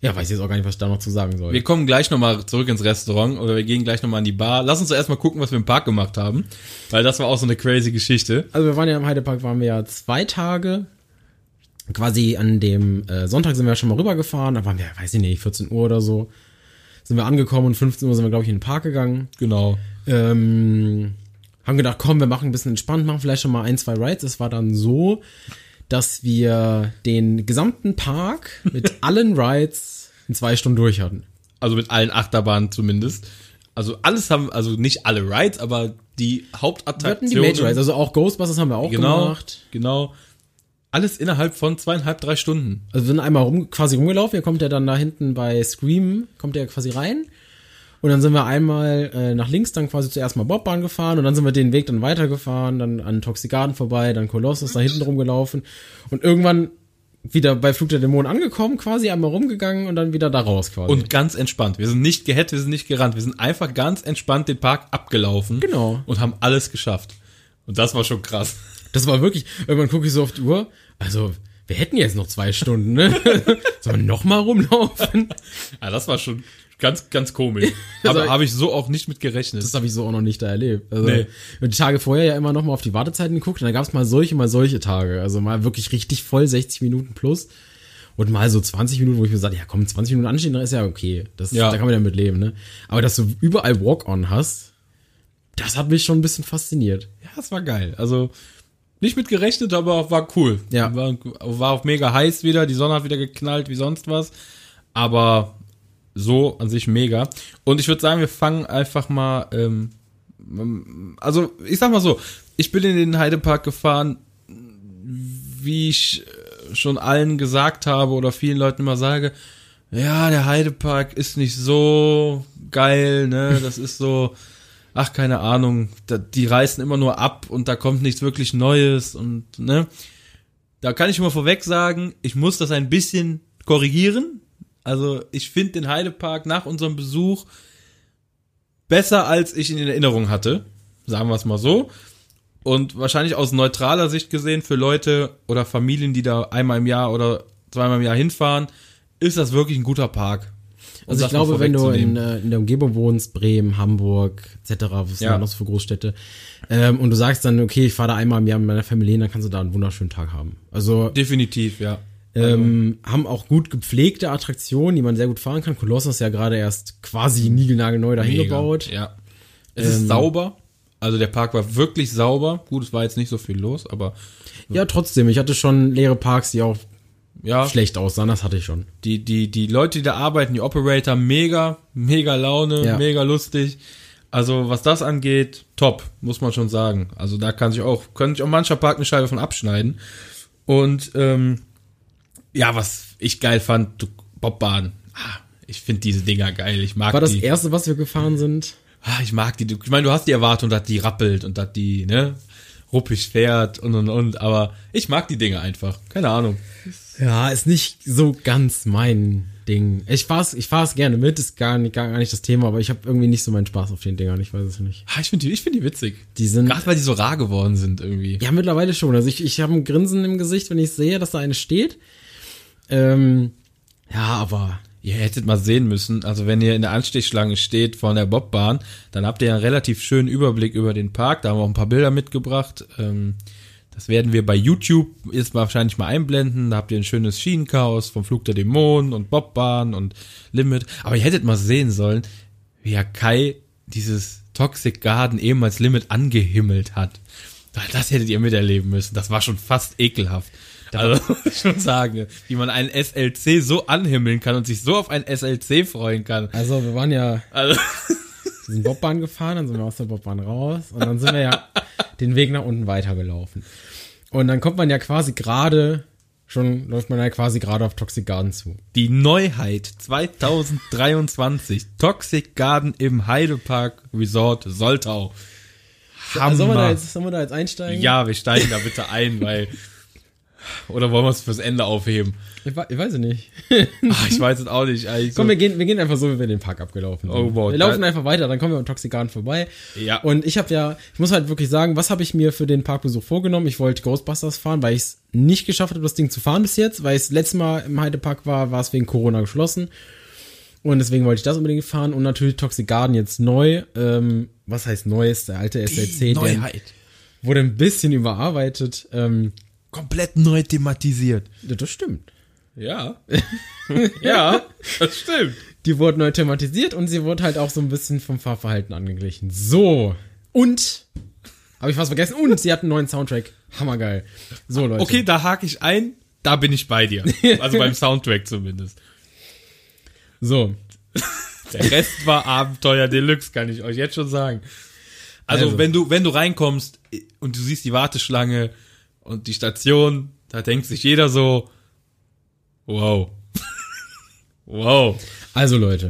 Ja, weiß ich jetzt auch gar nicht, was ich da noch zu sagen soll. Wir kommen gleich nochmal zurück ins Restaurant oder wir gehen gleich nochmal in die Bar. Lass uns zuerst mal gucken, was wir im Park gemacht haben, weil das war auch so eine crazy Geschichte. Also wir waren ja im Heidepark, waren wir ja zwei Tage. Quasi an dem äh, Sonntag sind wir ja schon mal rübergefahren, da waren wir, weiß ich nicht, vierzehn Uhr oder so. Sind wir angekommen und fünfzehn Uhr sind wir, glaube ich, in den Park gegangen. Genau. Ähm, haben gedacht, komm, wir machen ein bisschen entspannt, machen vielleicht schon mal ein, zwei Rides. Es war dann so, dass wir den gesamten Park mit allen Rides in zwei Stunden durch hatten. Also mit allen Achterbahnen zumindest. Also alles haben, also nicht alle Rides, aber die Hauptattraktionen. Wir hatten die Major Rides, also auch Ghostbusters haben wir auch genau, gemacht. Genau, alles innerhalb von zweieinhalb, drei Stunden. Also wir sind einmal rum, quasi rumgelaufen, ihr kommt ja dann da hinten bei Scream, kommt ihr quasi rein. Und dann sind wir einmal äh, nach links dann quasi zuerst mal Bobbahn gefahren und dann sind wir den Weg dann weitergefahren, dann an Toxic Garden vorbei, dann Colossus da hinten rumgelaufen und irgendwann wieder bei Flug der Dämonen angekommen, quasi einmal rumgegangen und dann wieder da raus quasi. Und ganz entspannt. Wir sind nicht gehetzt, wir sind nicht gerannt, wir sind einfach ganz entspannt den Park abgelaufen. Genau. Und haben alles geschafft. Und das war schon krass. Das war wirklich, irgendwann gucke ich so auf die Uhr, also wir hätten jetzt noch zwei Stunden, ne? Sollen wir noch mal rumlaufen? Ja, das war schon ganz, ganz komisch. Aber habe ich so auch nicht mit gerechnet. Das habe ich so auch noch nicht da erlebt. Also, nee. Und die Tage vorher ja immer noch mal auf die Wartezeiten geguckt und da gab es mal solche, mal solche Tage. Also mal wirklich richtig voll, sechzig Minuten plus. Und mal so zwanzig Minuten, wo ich mir sage, ja komm, zwanzig Minuten anstehen, dann ist ja okay. Das, ja. Da kann man ja mit leben, ne? Aber dass du überall Walk-on hast, das hat mich schon ein bisschen fasziniert. Ja, das war geil. Also nicht mit gerechnet, aber war cool. Ja. War, war auch mega heiß wieder, die Sonne hat wieder geknallt wie sonst was. Aber so an sich mega. Und ich würde sagen, wir fangen einfach mal, ähm, also ich sag mal so, ich bin in den Heidepark gefahren, wie ich schon allen gesagt habe oder vielen Leuten immer sage, ja, der Heidepark ist nicht so geil, ne, das ist so, ach, keine Ahnung, da, die reißen immer nur ab und da kommt nichts wirklich Neues und, ne, da kann ich schon mal vorweg sagen, ich muss das ein bisschen korrigieren. Also ich finde den Heidepark nach unserem Besuch besser, als ich ihn in Erinnerung hatte, sagen wir es mal so. Und wahrscheinlich aus neutraler Sicht gesehen für Leute oder Familien, die da einmal im Jahr oder zweimal im Jahr hinfahren, ist das wirklich ein guter Park. Um also ich glaube, wenn du in, in der Umgebung wohnst, Bremen, Hamburg et cetera, was sind ja. da noch so für Großstädte, ähm, und du sagst dann, okay, ich fahre da einmal im Jahr mit meiner Familie, dann kannst du da einen wunderschönen Tag haben. Also definitiv, ja. Ähm, haben auch gut gepflegte Attraktionen, die man sehr gut fahren kann. Colossus ist ja gerade erst quasi niegelnagelneu dahin Mega, gebaut. Ja. Es Ähm, ist sauber. Also der Park war wirklich sauber. Gut, es war jetzt nicht so viel los, aber Ja, trotzdem. Ich hatte schon leere Parks, die auch ja, schlecht aussahen. Das hatte ich schon. die die die Leute, die da arbeiten, die Operator, mega, mega Laune, Ja. mega lustig. Also was das angeht, top, muss man schon sagen. Also da kann sich auch, können sich auch mancher Park eine Scheibe von abschneiden. Und ähm, ja, was ich geil fand, du, Bobbahn. Ah, ich finde diese Dinger geil. Ich mag War das die. erste, was wir gefahren sind? Ah, ich mag die. Ich meine, du hast die Erwartung, dass die rappelt und dass die, ne, ruppig fährt und und und. Aber ich mag die Dinger einfach. Keine Ahnung. Ja, ist nicht so ganz mein Ding. Ich fahr's, ich fahr's gerne mit, ist gar nicht, gar nicht das Thema, aber ich habe irgendwie nicht so meinen Spaß auf den Dingern. Ich weiß es nicht. Ah, ich finde die, ich finde die witzig. Die sind Gerade weil die so rar geworden sind irgendwie. ja mittlerweile schon. Also ich, ich habe ein Grinsen im Gesicht, wenn ich sehe, dass da eine steht. Ähm, ja, aber Ihr hättet mal sehen müssen, also wenn ihr in der Anstehschlange steht von der Bobbahn, dann habt ihr einen relativ schönen Überblick über den Park. Da haben wir auch ein paar Bilder mitgebracht. Ähm, das werden wir bei YouTube jetzt wahrscheinlich mal einblenden. Da habt ihr ein schönes Schienenchaos vom Flug der Dämonen und Bobbahn und Limit. Aber ihr hättet mal sehen sollen, wie Herr Kai dieses Toxic Garden eben als Limit angehimmelt hat. Das hättet ihr miterleben müssen. Das war schon fast ekelhaft. Also, muss ich schon sagen, wie man einen S L C so anhimmeln kann und sich so auf einen S L C freuen kann. also wir waren ja Also, wir sind Bobbahn gefahren, dann sind wir aus der Bobbahn raus und dann sind wir ja den Weg nach unten weitergelaufen. Und dann kommt man ja quasi gerade, schon läuft man ja quasi gerade auf Toxic Garden zu. die Neuheit zwanzig dreiundzwanzig, Toxic Garden im Heidepark Resort Soltau. Hammer. Sollen wir da jetzt, sollen wir da jetzt einsteigen? Ja, wir steigen da bitte ein, weil Oder wollen wir es fürs Ende aufheben? Ich, ich weiß es nicht. Ach, ich weiß es auch nicht. Eigentlich Komm, so. wir gehen, wir gehen einfach so, wie wir den Park abgelaufen sind. Oh, wow. Wir laufen einfach weiter, dann kommen wir am Toxic Garden vorbei. Ja. Und ich habe ja, ich muss halt wirklich sagen, was habe ich mir für den Parkbesuch vorgenommen? Ich wollte Ghostbusters fahren, weil ich es nicht geschafft habe, das Ding zu fahren bis jetzt, weil ich das letzte Mal im Heidepark war, war es wegen Corona geschlossen. Und deswegen wollte ich das unbedingt fahren. Und natürlich Toxic Garden jetzt neu. Ähm, was heißt Neues? Der alte S L C, der Neuheit. wurde ein bisschen überarbeitet. Ähm, Komplett neu thematisiert. das stimmt. Ja. Ja, das stimmt. Die wurde neu thematisiert und sie wurde halt auch so ein bisschen vom Fahrverhalten angeglichen. So. Und, habe ich fast vergessen, und sie hat einen neuen Soundtrack. Hammergeil. So, Leute. Okay, da hake ich ein. Da bin ich bei dir. Also beim Soundtrack zumindest. So. Der Rest war Abenteuer Deluxe, kann ich euch jetzt schon sagen. Also, Also. wenn du, wenn du reinkommst und du siehst die Warteschlange und die Station, da denkt sich jeder so, wow. Wow. Also, Leute.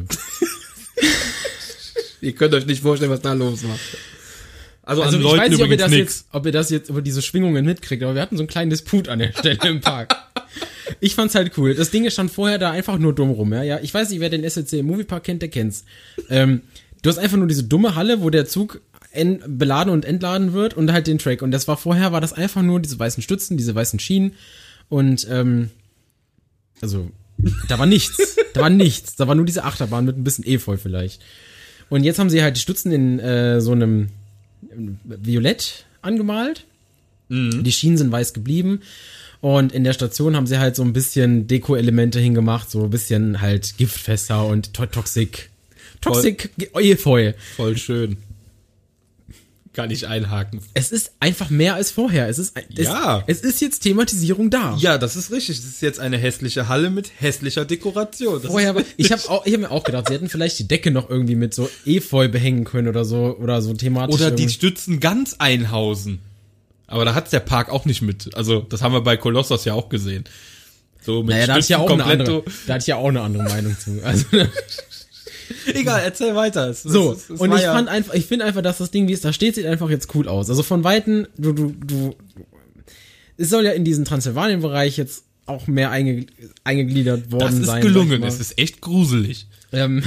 Ihr könnt euch nicht vorstellen, was da los war. Also, Also, an ich Leuten weiß nicht, ob ihr, übrigens das nix. jetzt, ob ihr das jetzt über diese Schwingungen mitkriegt, aber wir hatten so einen kleinen Disput an der Stelle im Park. Ich fand's halt cool. Das Ding stand vorher da einfach nur dumm rum, ja. ja ich weiß nicht, wer den S L C im Moviepark kennt, der kennt's. Ähm, du hast einfach nur diese dumme Halle, wo der Zug en- beladen und entladen wird und halt den Track. Und das war vorher, war das einfach nur diese weißen Stützen, diese weißen Schienen und, ähm, also, da war nichts. Da war nichts. Da war nur diese Achterbahn mit ein bisschen Efeu vielleicht. Und jetzt haben sie halt die Stützen in äh, so einem Violett angemalt. Mhm. Die Schienen sind weiß geblieben. Und in der Station haben sie halt so ein bisschen Deko-Elemente hingemacht, so ein bisschen halt Giftfässer und to- Toxic. Toxic Efeu. Voll schön. Kann ich einhaken. Es ist einfach mehr als vorher. Es ist, es, Ja. es ist jetzt Thematisierung da. Ja, das ist richtig. Das ist jetzt eine hässliche Halle mit hässlicher Dekoration. Das Vorher, ist war- ich habe auch, ich habe mir auch gedacht, sie hätten vielleicht die Decke noch irgendwie mit so Efeu behängen können oder so oder so thematisch. Oder die irgendwie. Stützen ganz einhausen. Aber da hat's der Park auch nicht mit. Also, das haben wir bei Kolossos ja auch gesehen. So mit Naja, da hatte ich ja auch Stützen eine andere, komplett- da hatte ich ja auch eine andere Meinung zu. Also, Egal, erzähl weiter. Es- so, es- es und war ich ja- fand einfach, ich finde einfach, dass das Ding, wie es da steht, sieht einfach jetzt cool aus. Also von Weitem, du, du, du, es soll ja in diesen Transsilvanien-Bereich jetzt auch mehr einge, eingegliedert worden das ist sein. gelungen. sag ich mal. Es ist echt gruselig. Ähm,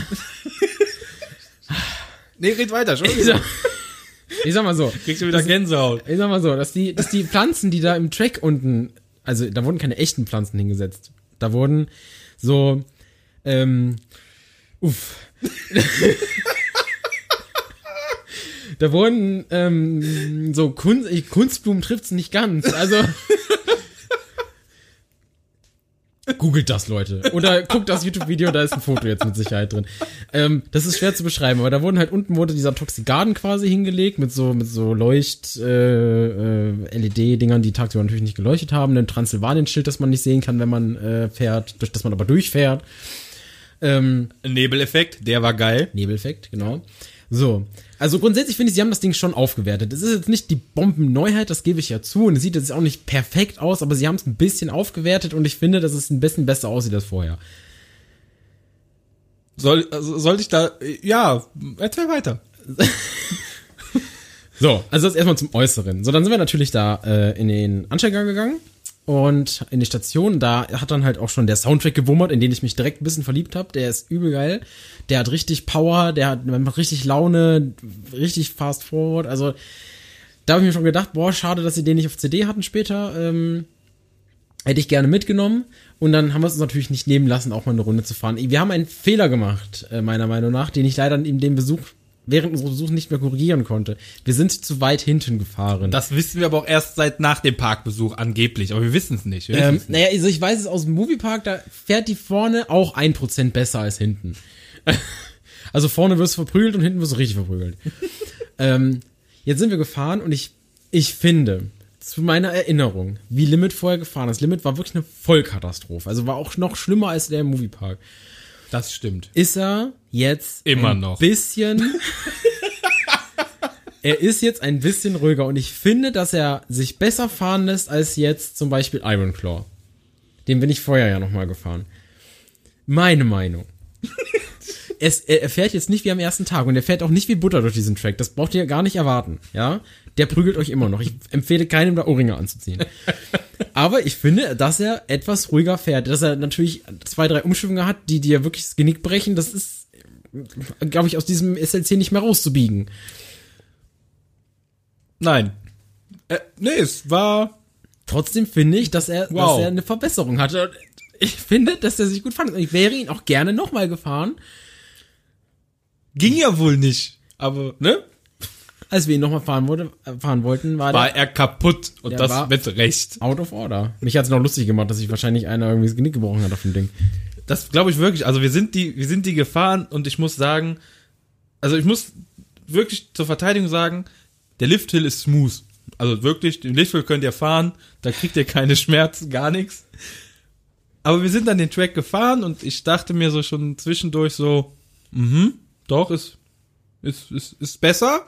Nee, red weiter, schon. ich, sag, ich sag mal so, Kriegst du wieder Gänsehaut. ich sag mal so, dass die, dass die Pflanzen, die da im Track unten, also da wurden keine echten Pflanzen hingesetzt. Da wurden so, ähm, uff. Da wurden ähm, so Kunst, Kunstblumen trifft's nicht ganz. Also googelt das, Leute. Oder guckt das YouTube-Video, da ist ein Foto jetzt mit Sicherheit drin. Ähm, das ist schwer zu beschreiben, aber da wurden halt unten wurde dieser Toxic Garden quasi hingelegt mit so mit so Leucht äh, äh, L E D-Dingern, die tagsüber natürlich nicht geleuchtet haben, ein Transsilvanien-Schild, das man nicht sehen kann, wenn man äh, fährt, durch das man aber durchfährt. Ähm, Nebeleffekt, der war geil. Nebeleffekt, genau. So, also grundsätzlich finde ich, sie haben das Ding schon aufgewertet. Es ist jetzt nicht die Bombenneuheit, das gebe ich ja zu. Und es sieht jetzt auch nicht perfekt aus, aber sie haben es ein bisschen aufgewertet und ich finde, dass es ein bisschen besser aussieht als vorher. Soll, also, sollte ich da, ja, erzähl weiter. So, also das erstmal zum Äußeren. So, dann sind wir natürlich da äh, in den Ansteiger gegangen und in die Station. Da hat dann halt auch schon der Soundtrack gewummert, in den ich mich direkt ein bisschen verliebt habe. Der ist übel geil. Der hat richtig Power, der hat der macht richtig Laune, richtig fast forward. Also da habe ich mir schon gedacht, boah, schade, dass sie den nicht auf C D hatten später. Ähm, hätte ich gerne mitgenommen. Und dann haben wir es uns natürlich nicht nehmen lassen, auch mal eine Runde zu fahren. Wir haben einen Fehler gemacht, äh, meiner Meinung nach, den ich leider in dem Besuch während unseres Besuchs nicht mehr korrigieren konnte. Wir sind zu weit hinten gefahren. Das wissen wir aber auch erst seit nach dem Parkbesuch angeblich, aber wir wissen es nicht. Wir ähm, wissen's nicht. naja, also ich weiß es aus dem Moviepark, da fährt die vorne auch ein Prozent besser als hinten. Also vorne wirst du verprügelt und hinten wirst du richtig verprügelt. ähm, jetzt sind wir gefahren und ich, ich finde, zu meiner Erinnerung, wie Limit vorher gefahren ist, Limit war wirklich eine Vollkatastrophe. Also war auch noch schlimmer als der im Moviepark. Das stimmt. Ist er jetzt Immer ein noch. bisschen er ist jetzt ein bisschen ruhiger und ich finde, dass er sich besser fahren lässt als jetzt zum Beispiel Iron Claw. Den bin ich vorher ja nochmal gefahren. Meine Meinung. Es, er fährt jetzt nicht wie am ersten Tag und er fährt auch nicht wie Butter durch diesen Track. Das braucht ihr gar nicht erwarten, ja? Der prügelt euch immer noch. Ich empfehle keinem, da Ohrringe anzuziehen. Aber ich finde, dass er etwas ruhiger fährt. Dass er natürlich zwei, drei Umschwünge hat, die dir wirklich das Genick brechen, das ist, glaube ich, aus diesem S L C nicht mehr rauszubiegen. Nein. Äh, nee, es war... Trotzdem finde ich, dass er, Wow. dass er eine Verbesserung hatte. Ich finde, dass er sich gut fand. Und ich wäre ihn auch gerne nochmal gefahren. Ging ja wohl nicht. Aber, ne? Als wir ihn nochmal fahren, wurde, äh, fahren wollten, war, War der er kaputt. Und Der das war- mit Recht. out of order. Mich hat's noch lustig gemacht, dass sich wahrscheinlich einer irgendwie das Genick gebrochen hat auf dem Ding. Das glaube ich wirklich. Also wir sind die, wir sind die gefahren und ich muss sagen, also ich muss wirklich zur Verteidigung sagen, der Lifthill ist smooth. Also wirklich, den Lifthill könnt ihr fahren, da kriegt ihr keine Schmerzen, gar nichts. Aber wir sind dann den Track gefahren und ich dachte mir so schon zwischendurch so, mhm, doch, ist, ist, ist, ist besser.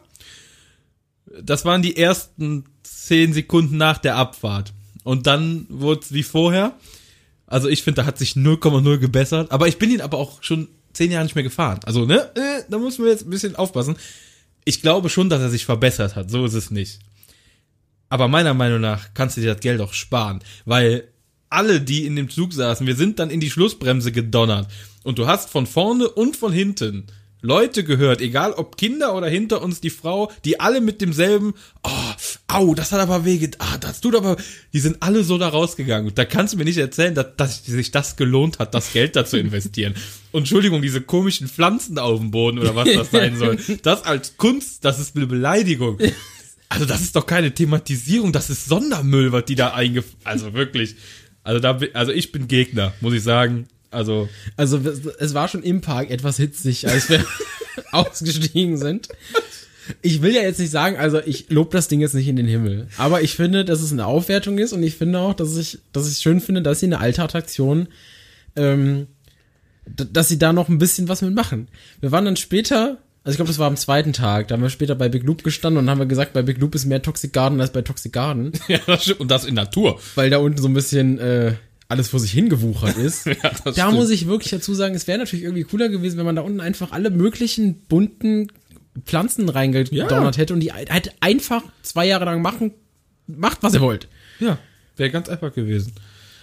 Das waren die ersten zehn Sekunden nach der Abfahrt. Und dann wurde es wie vorher. Also ich finde, da hat sich null Komma null gebessert. Aber ich bin ihn aber auch schon zehn Jahre nicht mehr gefahren. Also, ne, äh, da muss man jetzt ein bisschen aufpassen. Ich glaube schon, dass er sich verbessert hat. So ist es nicht. Aber meiner Meinung nach kannst du dir das Geld auch sparen. Weil alle, die in dem Zug saßen, wir sind dann in die Schlussbremse gedonnert. Und du hast von vorne und von hinten Leute gehört, egal ob Kinder oder hinter uns die Frau, die alle mit demselben, oh, au, das hat aber wehgetan, ah, das tut aber, die sind alle so da rausgegangen. Und da kannst du mir nicht erzählen, dass, dass sich das gelohnt hat, das Geld da zu investieren. Und Entschuldigung, diese komischen Pflanzen auf dem Boden oder was das sein soll, das als Kunst, das ist eine Beleidigung. Also das ist doch keine Thematisierung, das ist Sondermüll, was die da eingef... Also wirklich, also da, bin- also ich bin Gegner, muss ich sagen. Also Also es war schon im Park etwas hitzig, als wir ausgestiegen sind. Ich will ja jetzt nicht sagen, also ich lobe das Ding jetzt nicht in den Himmel, aber ich finde, dass es eine Aufwertung ist und ich finde auch, dass ich, dass ich schön finde, dass sie eine alte Attraktion, ähm, d- dass sie da noch ein bisschen was mitmachen. Wir waren dann später, also ich glaube, das war am zweiten Tag, da haben wir später bei Big Loop gestanden und haben wir gesagt, bei Big Loop ist mehr Toxic Garden als bei Toxic Garden, ja, das stimmt. Und das in Natur. weil da unten so ein bisschen äh, alles vor sich hingewuchert ist. Ja, das Da stimmt. muss ich wirklich dazu sagen, es wäre natürlich irgendwie cooler gewesen, wenn man da unten einfach alle möglichen bunten Pflanzen reingedonnert hätte und die halt einfach zwei Jahre lang machen, macht, was ihr wollt. Ja, wäre ganz einfach gewesen.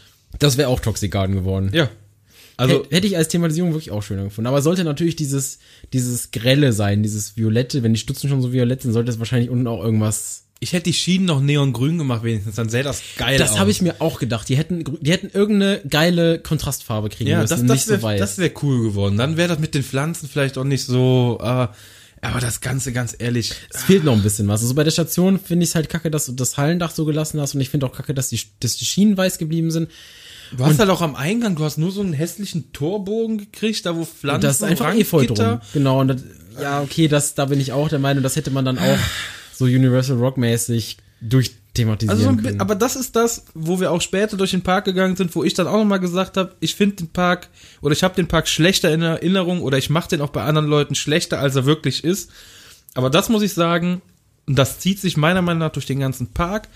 Das wäre auch Toxic Garden geworden. Ja. Also, Hätte ich als Thematisierung wirklich auch schöner gefunden. Aber es sollte natürlich dieses, dieses Grelle sein, dieses Violette. Wenn die Stutzen schon so violett sind, sollte es wahrscheinlich unten auch irgendwas. ich hätte die Schienen noch neongrün gemacht wenigstens, dann sähe das geil aus. Das habe ich mir auch gedacht. Die hätten, die hätten irgendeine geile Kontrastfarbe kriegen Ja, müssen, das, nicht das so wäre weiß. das wär cool geworden. Dann wäre das mit den Pflanzen vielleicht auch nicht so, aber, aber das Ganze, ganz ehrlich. Es fehlt noch ein bisschen was. Also bei der Station finde ich es halt kacke, dass du das Hallendach so gelassen hast und ich finde auch kacke, dass die, dass die Schienen weiß geblieben sind. Du hast halt auch am Eingang, du hast nur so einen hässlichen Torbogen gekriegt, da wo Pflanzen Und das ist einfach Efeu Ranggitter. drum. Genau, und das, ja, okay, das, da bin ich auch der Meinung, das hätte man dann auch so Universal Rock-mäßig durchthematisieren Also so ein können. bi- aber das ist das, wo wir auch später durch den Park gegangen sind, wo ich dann auch nochmal gesagt habe, ich finde den Park, oder ich habe den Park schlechter in Erinnerung, oder ich mache den auch bei anderen Leuten schlechter, als er wirklich ist. Aber das muss ich sagen, und das zieht sich meiner Meinung nach durch den ganzen Park,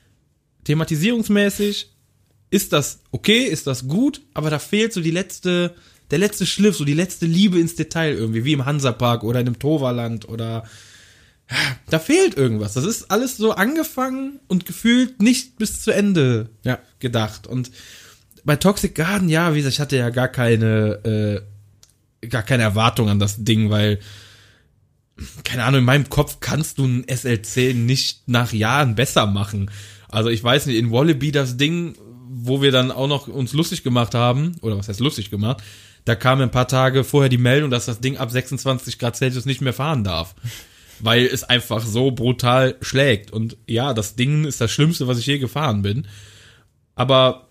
thematisierungsmäßig ist das okay, ist das gut, aber da fehlt so die letzte, der letzte Schliff, so die letzte Liebe ins Detail irgendwie, wie im Hansapark oder in einem Toverland oder da fehlt irgendwas. Das ist alles so angefangen und gefühlt nicht bis zu Ende Ja. gedacht. Und bei Toxic Garden, ja, wie gesagt, ich hatte ja gar keine, äh, gar keine Erwartung an das Ding, weil, keine Ahnung, in meinem Kopf kannst du ein S L C nicht nach Jahren besser machen. Also ich weiß nicht, in Wallaby das Ding, wo wir dann auch noch uns lustig gemacht haben, oder was heißt lustig gemacht, da kam ein paar Tage vorher die Meldung, dass das Ding ab sechsundzwanzig Grad Celsius nicht mehr fahren darf. Weil es einfach so brutal schlägt. Und ja, das Ding ist das Schlimmste, was ich je gefahren bin. Aber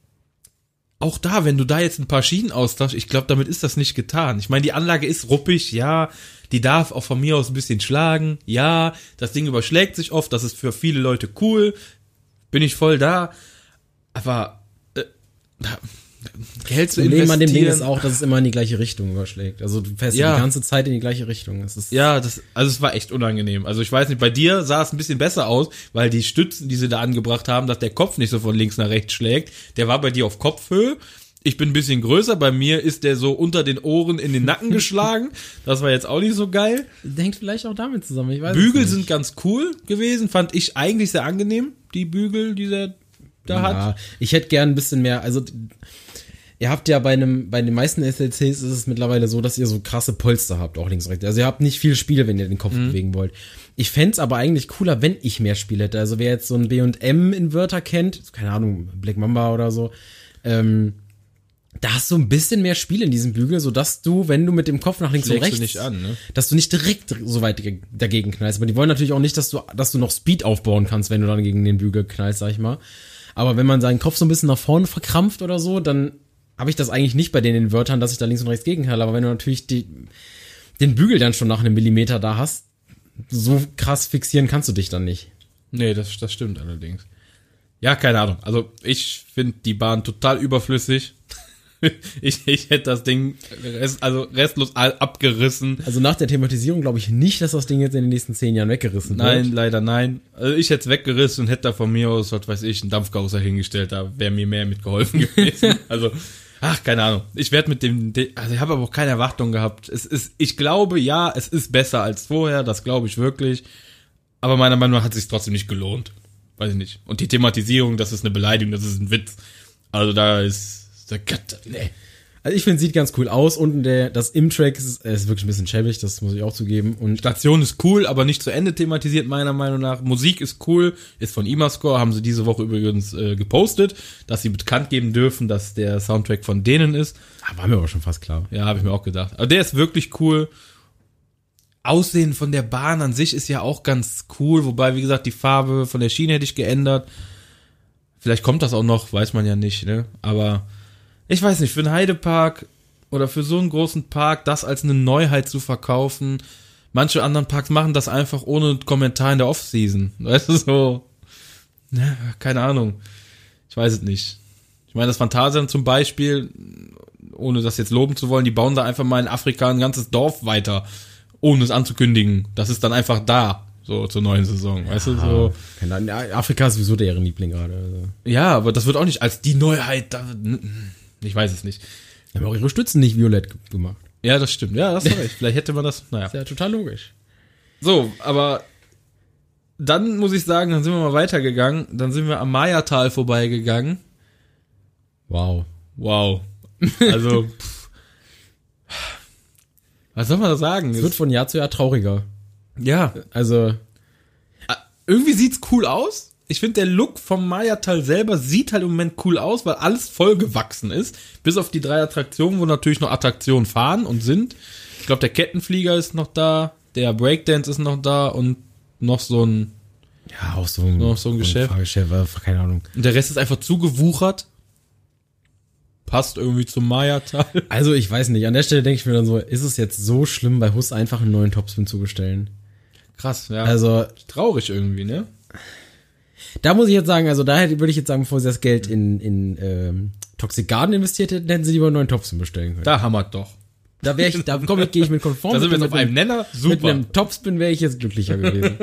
auch da, wenn du da jetzt ein paar Schienen austauschst, ich glaube, damit ist das nicht getan. Ich meine, die Anlage ist ruppig, ja, die darf auch von mir aus ein bisschen schlagen, ja, das Ding überschlägt sich oft, das ist für viele Leute cool, bin ich voll da, aber äh, da, Geld zu Das Problem an dem Ding investieren- ist auch, dass es immer in die gleiche Richtung überschlägt. Also du fährst Ja. die ganze Zeit in die gleiche Richtung. Es ist Ja, das, also es war echt unangenehm. Also ich weiß nicht, bei dir sah es ein bisschen besser aus, weil die Stützen, die sie da angebracht haben, dass der Kopf nicht so von links nach rechts schlägt, der war bei dir auf Kopfhöhe. Ich bin ein bisschen größer, bei mir ist der so unter den Ohren in den Nacken geschlagen. Das war jetzt auch nicht so geil. hängt vielleicht auch damit zusammen. Ich weiß es Bügel nicht. sind ganz cool gewesen, fand ich eigentlich sehr angenehm, die Bügel, dieser da ja, hat. Ich hätte gern ein bisschen mehr, also ihr habt ja bei einem, bei den meisten S L Cs ist es mittlerweile so, dass ihr so krasse Polster habt, auch links und rechts. Also ihr habt nicht viele Spiele, wenn ihr den Kopf mhm. bewegen wollt. Ich fänd's aber eigentlich cooler, wenn ich mehr Spiele hätte. Also wer jetzt so ein B und M-Inverter kennt, keine Ahnung, Black Mamba oder so, ähm, da hast du ein bisschen mehr Spiele in diesem Bügel, sodass du, wenn du mit dem Kopf nach links Schlägst und rechts, du nicht an, ne? dass du nicht direkt so weit dagegen knallst. Aber die wollen natürlich auch nicht, dass du, dass du noch Speed aufbauen kannst, wenn du dann gegen den Bügel knallst, sag ich mal. Aber wenn man seinen Kopf so ein bisschen nach vorne verkrampft oder so, dann habe ich das eigentlich nicht bei den Invertern, dass ich da links und rechts gegenknalle. Aber wenn du natürlich die, den Bügel dann schon nach einem Millimeter da hast, so krass fixieren kannst du dich dann nicht. Nee, das, das stimmt allerdings. Ja, keine Ahnung. Also ich finde die Bahn total überflüssig. ich, ich hätte das Ding rest, also restlos abgerissen. Also nach der Thematisierung glaube ich nicht, dass das Ding jetzt in den nächsten zehn Jahren weggerissen wird. Nein, leider nein. Also ich hätte es weggerissen und hätte da von mir aus, was weiß ich, einen Dampfkarussell hingestellt. Da wäre mir mehr mitgeholfen gewesen. Also, ach, keine Ahnung. Ich werde mit dem, also ich habe aber auch keine Erwartung gehabt. Es ist, ich glaube, ja, es ist besser als vorher. Das glaube ich wirklich. Aber meiner Meinung nach hat es sich trotzdem nicht gelohnt. Weiß ich nicht. Und die Thematisierung, das ist eine Beleidigung, das ist ein Witz. Also da ist der Gott, nee. Also ich finde, sieht ganz cool aus. Unten der, das Im-Track ist, ist wirklich ein bisschen schäbig, das muss ich auch zugeben. Und Station ist cool, aber nicht zu Ende thematisiert, meiner Meinung nach. Musik ist cool, ist von Imascore, haben sie diese Woche übrigens äh, gepostet, dass sie bekannt geben dürfen, dass der Soundtrack von denen ist. Ah, war mir aber schon fast klar. Ja, habe ich mir auch gedacht. Aber der ist wirklich cool. Aussehen von der Bahn an sich ist ja auch ganz cool, wobei, wie gesagt, die Farbe von der Schiene hätte ich geändert. Vielleicht kommt das auch noch, weiß man ja nicht, ne? Aber ich weiß nicht, für einen Heidepark oder für so einen großen Park, das als eine Neuheit zu verkaufen, manche anderen Parks machen das einfach ohne Kommentar in der Off-Season. Weißt du, so, ne, keine Ahnung. Ich weiß es nicht. Ich meine, das Phantasialand zum Beispiel, ohne das jetzt loben zu wollen, die bauen da einfach mal in Afrika ein ganzes Dorf weiter, ohne es anzukündigen. Das ist dann einfach da, so zur neuen Saison, weißt ja, du, so. Keine, Afrika ist sowieso deren Liebling gerade. Also. Ja, aber das wird auch nicht als die Neuheit, da, ich weiß es nicht. Die haben auch ihre Stützen nicht violett gemacht. Ja, das stimmt. Ja, das ist recht. Vielleicht hätte man das, naja. Das ist ja total logisch. So, aber dann muss ich sagen, dann sind wir mal weitergegangen. Dann sind wir am Mayatal vorbeigegangen. Wow. Wow. Also, pff. Was soll man da sagen? Es wird von Jahr zu Jahr trauriger. Ja. Also, irgendwie sieht's cool aus. Ich finde, der Look vom Mayatal selber sieht halt im Moment cool aus, weil alles vollgewachsen ist. Bis auf die drei Attraktionen, wo natürlich noch Attraktionen fahren und sind. Ich glaube, der Kettenflieger ist noch da, der Breakdance ist noch da und noch so ein ja, auch so ein, noch so ein Geschäft. Fahrgeschäft, keine Ahnung. Und der Rest ist einfach zugewuchert. Passt irgendwie zum Mayatal. Also, ich weiß nicht. An der Stelle denke ich mir dann so, ist es jetzt so schlimm, bei Hus einfach einen neuen Topspin zu bestellen? Krass, ja. Also, traurig irgendwie, ne? Da muss ich jetzt sagen, also da hätte, würde ich jetzt sagen, bevor sie das Geld in, in ähm, Toxic Garden investiert hätten, hätten sie lieber einen neuen Topspin bestellen können. Da hammert doch. Da wäre ich, da komm, gehe ich mit konform. Da sind wir jetzt auf einem einem Nenner, super. Mit einem Topspin wäre ich jetzt glücklicher gewesen.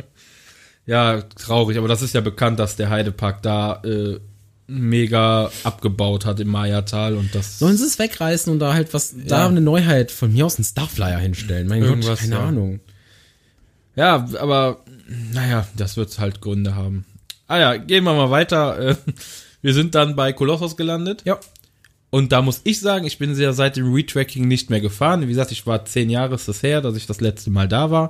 Ja, traurig, aber das ist ja bekannt, dass der Heidepark da äh, mega abgebaut hat im Mayatal und das... Sollen sie es wegreißen und da halt was, ja. da eine Neuheit, von mir aus einen Starflyer hinstellen? Mein Irgendwas, Gott, keine ja. Ahnung. Ja, aber naja, das wird halt Gründe haben. Ah ja, gehen wir mal weiter. Wir sind dann bei Kolossos gelandet. Ja. Und da muss ich sagen, ich bin ja seit dem Retracking nicht mehr gefahren. Wie gesagt, ich war zehn Jahre ist das her, dass ich das letzte Mal da war.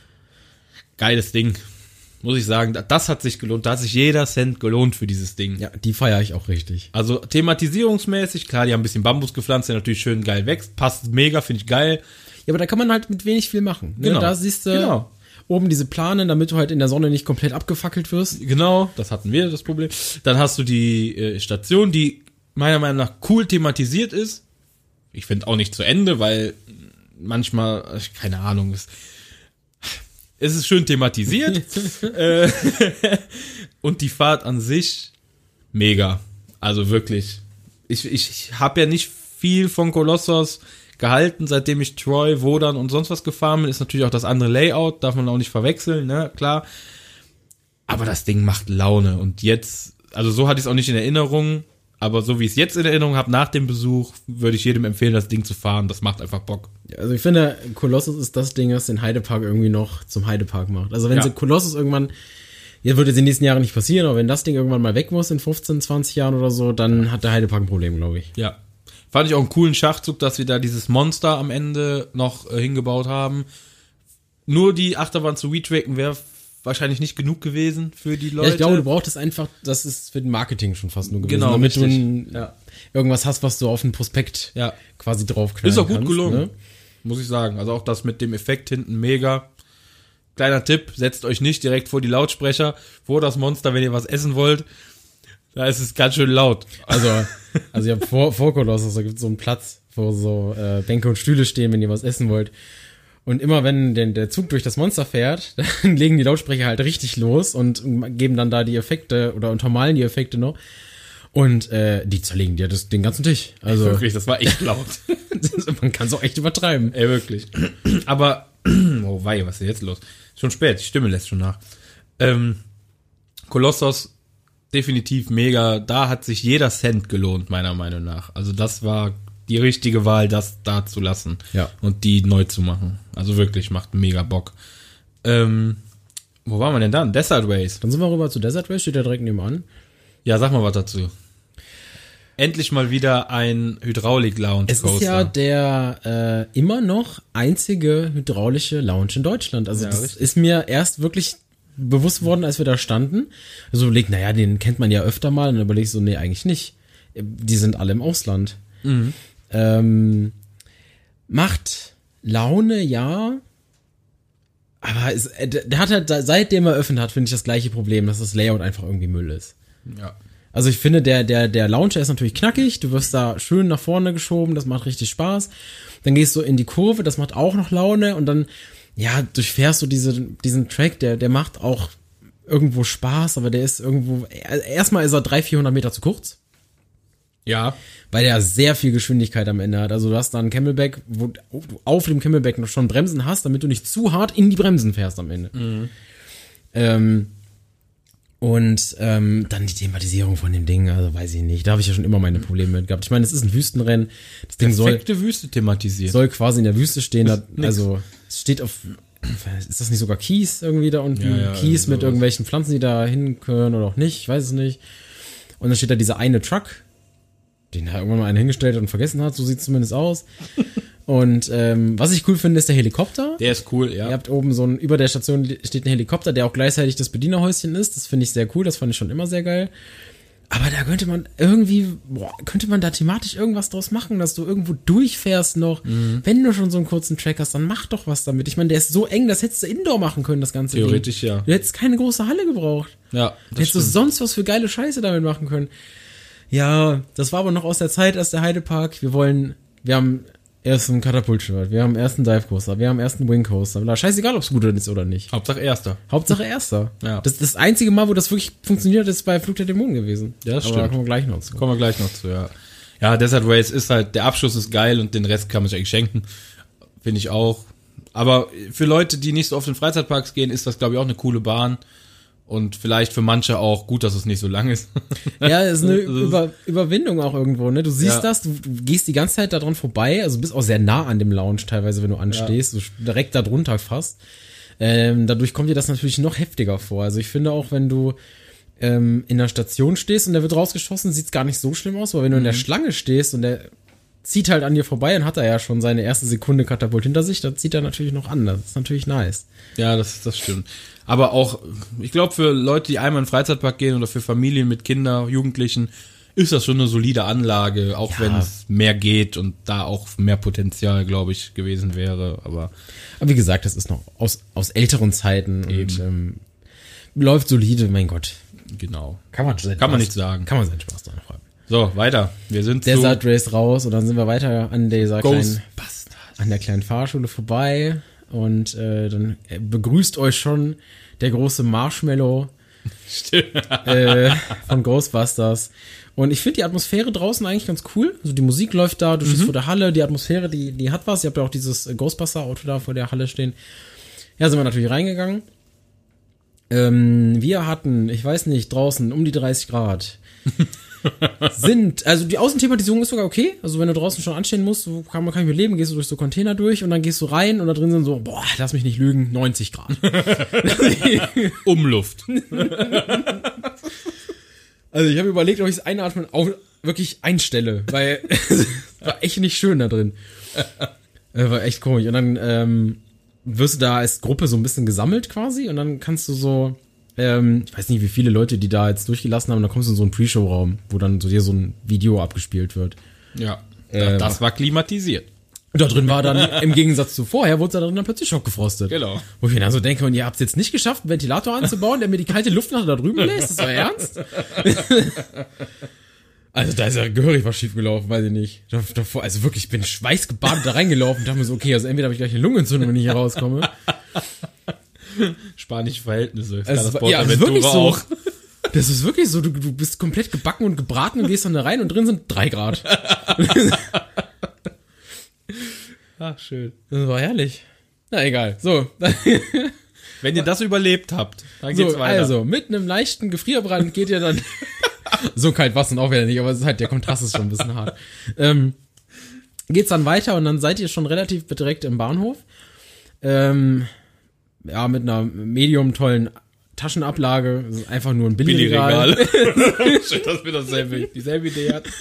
Geiles Ding. Muss ich sagen, das hat sich gelohnt. Da hat sich jeder Cent gelohnt für dieses Ding. Ja, die feiere ich auch richtig. Also thematisierungsmäßig, klar, die haben ein bisschen Bambus gepflanzt, der natürlich schön geil wächst. Passt mega, finde ich geil. Ja, aber da kann man halt mit wenig viel machen. Ne? Genau. Da siehst du genau. oben diese Planen, damit du halt in der Sonne nicht komplett abgefackelt wirst. Genau, das hatten wir, das Problem. Dann hast du die äh, Station, die meiner Meinung nach cool thematisiert ist. Ich finde auch nicht zu Ende, weil manchmal, keine Ahnung, es, es ist schön thematisiert. äh, und die Fahrt an sich, mega. Also wirklich. Ich, ich, ich habe ja nicht viel von Kolossos gehalten, seitdem ich Troy, Wodan und sonst was gefahren bin. Ist natürlich auch das andere Layout, darf man auch nicht verwechseln, ne, klar. Aber das Ding macht Laune. Und jetzt, also so hatte ich es auch nicht in Erinnerung, aber so wie ich es jetzt in Erinnerung habe, nach dem Besuch, würde ich jedem empfehlen, das Ding zu fahren. Das macht einfach Bock. Also ich finde, Kolossos ist das Ding, was den Heidepark irgendwie noch zum Heidepark macht. Also wenn ja. sie Kolossos irgendwann Ja, wird jetzt in den nächsten Jahren nicht passieren, aber wenn das Ding irgendwann mal weg muss in fünfzehn, zwanzig Jahren oder so, dann hat der Heidepark ein Problem, glaube ich. Ja. Fand ich auch einen coolen Schachzug, dass wir da dieses Monster am Ende noch äh, hingebaut haben. Nur die Achterbahn zu retracken wäre wahrscheinlich nicht genug gewesen für die Leute. Ja, ich glaube, du brauchtest einfach, das ist für den Marketing schon fast nur gewesen, Genau, damit richtig. du ein, ja, irgendwas hast, was du auf den Prospekt Ja. quasi draufknallen Ist auch gut kannst, gelungen, ne? muss ich sagen. Also auch das mit dem Effekt hinten mega. Kleiner Tipp, setzt euch nicht direkt vor die Lautsprecher, vor das Monster, wenn ihr was essen wollt. Da ist es ganz schön laut. Also, also ich habe vor, vor Kolossus, da gibt es so einen Platz, wo so äh, Bänke und Stühle stehen, wenn ihr was essen wollt. Und immer wenn denn der Zug durch das Monster fährt, dann legen die Lautsprecher halt richtig los und geben dann da die Effekte oder untermalen die Effekte noch. Und äh, die zerlegen dir das, den ganzen Tisch. Also Wirklich, das war echt laut. man kann es auch echt übertreiben. Ey, wirklich. Aber, oh wei, was ist denn jetzt los? Schon spät, die Stimme lässt schon nach. Ähm, Kolossos, definitiv mega. Da hat sich jeder Cent gelohnt, meiner Meinung nach. Also das war die richtige Wahl, das da zu lassen. Ja. Und die neu zu machen. Also wirklich, macht mega Bock. Ähm, wo waren wir denn dann? Desert Race. Dann sind wir rüber zu Desert Race, steht ja direkt nebenan. Ja, sag mal was dazu. Endlich mal wieder ein Hydraulik-Lounge-Coaster. Es ist ja der äh, immer noch einzige hydraulische Lounge in Deutschland. Also Ja, das richtig. ist mir erst wirklich bewusst worden, als wir da standen. Also überlegt, naja, den kennt man ja öfter mal. Und dann überleg ich so, nee, eigentlich nicht. Die sind alle im Ausland. Mhm. Ähm, macht Laune, ja. Aber es, äh, der hat halt, seitdem er eröffnet hat, finde ich das gleiche Problem, dass das Layout einfach irgendwie Müll ist. Ja. Also ich finde, der, der, der Launcher ist natürlich knackig, du wirst da schön nach vorne geschoben, das macht richtig Spaß. Dann gehst du in die Kurve, das macht auch noch Laune und dann, ja, durchfährst du diese, diesen Track, der, der macht auch irgendwo Spaß, aber der ist irgendwo, erstmal ist er dreihundert, vierhundert Meter zu kurz, Ja. weil der sehr viel Geschwindigkeit am Ende hat. Also du hast da einen Camelback, wo du auf dem Camelback noch schon Bremsen hast, damit du nicht zu hart in die Bremsen fährst am Ende. Mhm. Ähm, Und ähm, dann die Thematisierung von dem Ding, also weiß ich nicht, da habe ich ja schon immer meine Probleme mit gehabt. Ich meine, es ist ein Wüstenrennen, das Ding soll, Perfekte Wüste thematisiert. soll quasi in der Wüste stehen, da, Nix. also es steht auf, ist das nicht sogar Kies irgendwie da unten? Ja, ja, Kies mit sowas. irgendwelchen Pflanzen, die da hinkönnen oder auch nicht, ich weiß es nicht. Und dann steht da dieser eine Truck, den da irgendwann mal einen hingestellt hat und vergessen hat, so sieht es zumindest aus. Und ähm, was ich cool finde, ist der Helikopter. Der ist cool, ja. Ihr habt oben so ein, über der Station steht ein Helikopter, der auch gleichzeitig das Bedienerhäuschen ist. Das finde ich sehr cool, das fand ich schon immer sehr geil. Aber da könnte man irgendwie, boah, könnte man da thematisch irgendwas draus machen, dass du irgendwo durchfährst noch. Mhm. Wenn du schon so einen kurzen Track hast, dann mach doch was damit. Ich meine, der ist so eng, das hättest du Indoor machen können, das ganze Theoretisch, Ding. ja. Du hättest keine große Halle gebraucht. Ja, Du hättest du sonst was für geile Scheiße damit machen können. Ja, das war aber noch aus der Zeit, als der Heidepark. Wir wollen, wir haben erst einen Katapultschwert, wir haben erst einen Dive-Coaster, wir haben erst einen Wing-Coaster. Na, scheißegal, ob es gut ist oder nicht. Hauptsache Erster. Hauptsache Erster. Ja. Das, das einzige Mal, wo das wirklich funktioniert, ist bei Flug der Dämonen gewesen. Ja, das aber stimmt. da kommen wir gleich noch zu. Kommen wir gleich noch zu, ja. Ja, Desert Race ist halt, der Abschluss ist geil und den Rest kann man sich eigentlich schenken. Finde ich auch. Aber für Leute, die nicht so oft in Freizeitparks gehen, ist das, glaube ich, auch eine coole Bahn. Und vielleicht für manche auch gut, dass es nicht so lang ist. Ja, ist eine Also, Über, Überwindung auch irgendwo, ne? Du siehst Ja. das, du, du gehst die ganze Zeit da dran vorbei, also bist auch sehr nah an dem Lounge teilweise, wenn du anstehst, so direkt da drunter fast. Ähm, dadurch kommt dir das natürlich noch heftiger vor. Also ich finde auch, wenn du ähm, in der Station stehst und der wird rausgeschossen, sieht's gar nicht so schlimm aus, aber wenn du in der Schlange stehst und der zieht halt an dir vorbei, dann hat er ja schon seine erste Sekunde Katapult hinter sich, dann zieht er natürlich noch an. Das ist natürlich nice. Ja, das, das stimmt. Aber auch, ich glaube, für Leute, die einmal in den Freizeitpark gehen oder für Familien mit Kindern, Jugendlichen, ist das schon eine solide Anlage, auch Ja. wenn es mehr geht und da auch mehr Potenzial, glaube ich, gewesen wäre. Aber Aber wie gesagt, das ist noch aus, aus älteren Zeiten und ähm, läuft solide, mein Gott. genau. Kann man, Kann man nicht sagen. Kann man seinen Spaß dran haben. So, weiter. Wir sind Desert Race raus und dann sind wir weiter an dieser zu kleinen, Ghostbusters. an der kleinen Fahrschule vorbei und äh, dann äh, begrüßt euch schon der große Marshmallow äh, von Ghostbusters. Und ich finde die Atmosphäre draußen eigentlich ganz cool. Also die Musik läuft da, du stehst vor der Halle, die Atmosphäre, die, die hat was. Ihr habt ja auch dieses Ghostbuster-Auto da vor der Halle stehen. Ja, sind wir natürlich reingegangen. Ähm, wir hatten, ich weiß nicht, draußen um die dreißig Grad. sind, also die Außenthematisierung ist sogar okay. Also wenn du draußen schon anstehen musst, so kann man kann ich mit leben, gehst du durch so Container durch und dann gehst du rein und da drin sind so, boah, lass mich nicht lügen, neunzig Grad. Umluft. Also ich habe überlegt, ob ich das Einatmen auch wirklich einstelle, weil es war echt nicht schön da drin. Äh, war echt komisch. Und dann ähm, wirst du da als Gruppe so ein bisschen gesammelt quasi und dann kannst du so, ähm, ich weiß nicht, wie viele Leute die da jetzt durchgelassen haben, und dann kommst du in so einen Pre-Show-Raum, wo dann so dir so ein Video abgespielt wird. Ja, Äh, das war klimatisiert. Und da drin war dann, im Gegensatz zu vorher, wurde da drin dann plötzlich schockgefrostet. Genau. Wo ich mir dann so denke, und ihr habt es jetzt nicht geschafft, einen Ventilator anzubauen, der mir die kalte Luft nach da drüben lässt? Ist das euer Ernst? Also da ist ja gehörig was schiefgelaufen, weiß ich nicht. Davor, also wirklich, ich bin schweißgebadet da reingelaufen und dachte mir so, okay, also entweder habe ich gleich eine Lungenentzündung, wenn ich hier rauskomme. Spanische Verhältnisse. Also, Das ja, das ist wirklich so. auch. Das ist wirklich so, du, du bist komplett gebacken und gebraten und gehst dann da rein und drin sind drei Grad. Ach, schön. Das war herrlich. Na egal, so. Wenn ihr das überlebt habt, dann geht's So, weiter. also, mit einem leichten Gefrierbrand geht ihr dann, so kalt war es dann auch wieder nicht, aber es ist halt, der Kontrast ist schon ein bisschen hart. Ähm, geht's dann weiter und dann seid ihr schon relativ direkt im Bahnhof. Ähm, ja, mit einer medium tollen Taschenablage, das ist einfach nur ein Billigregal. Billigregal. Schön, dass wir dasselbe, dieselbe Idee hatten.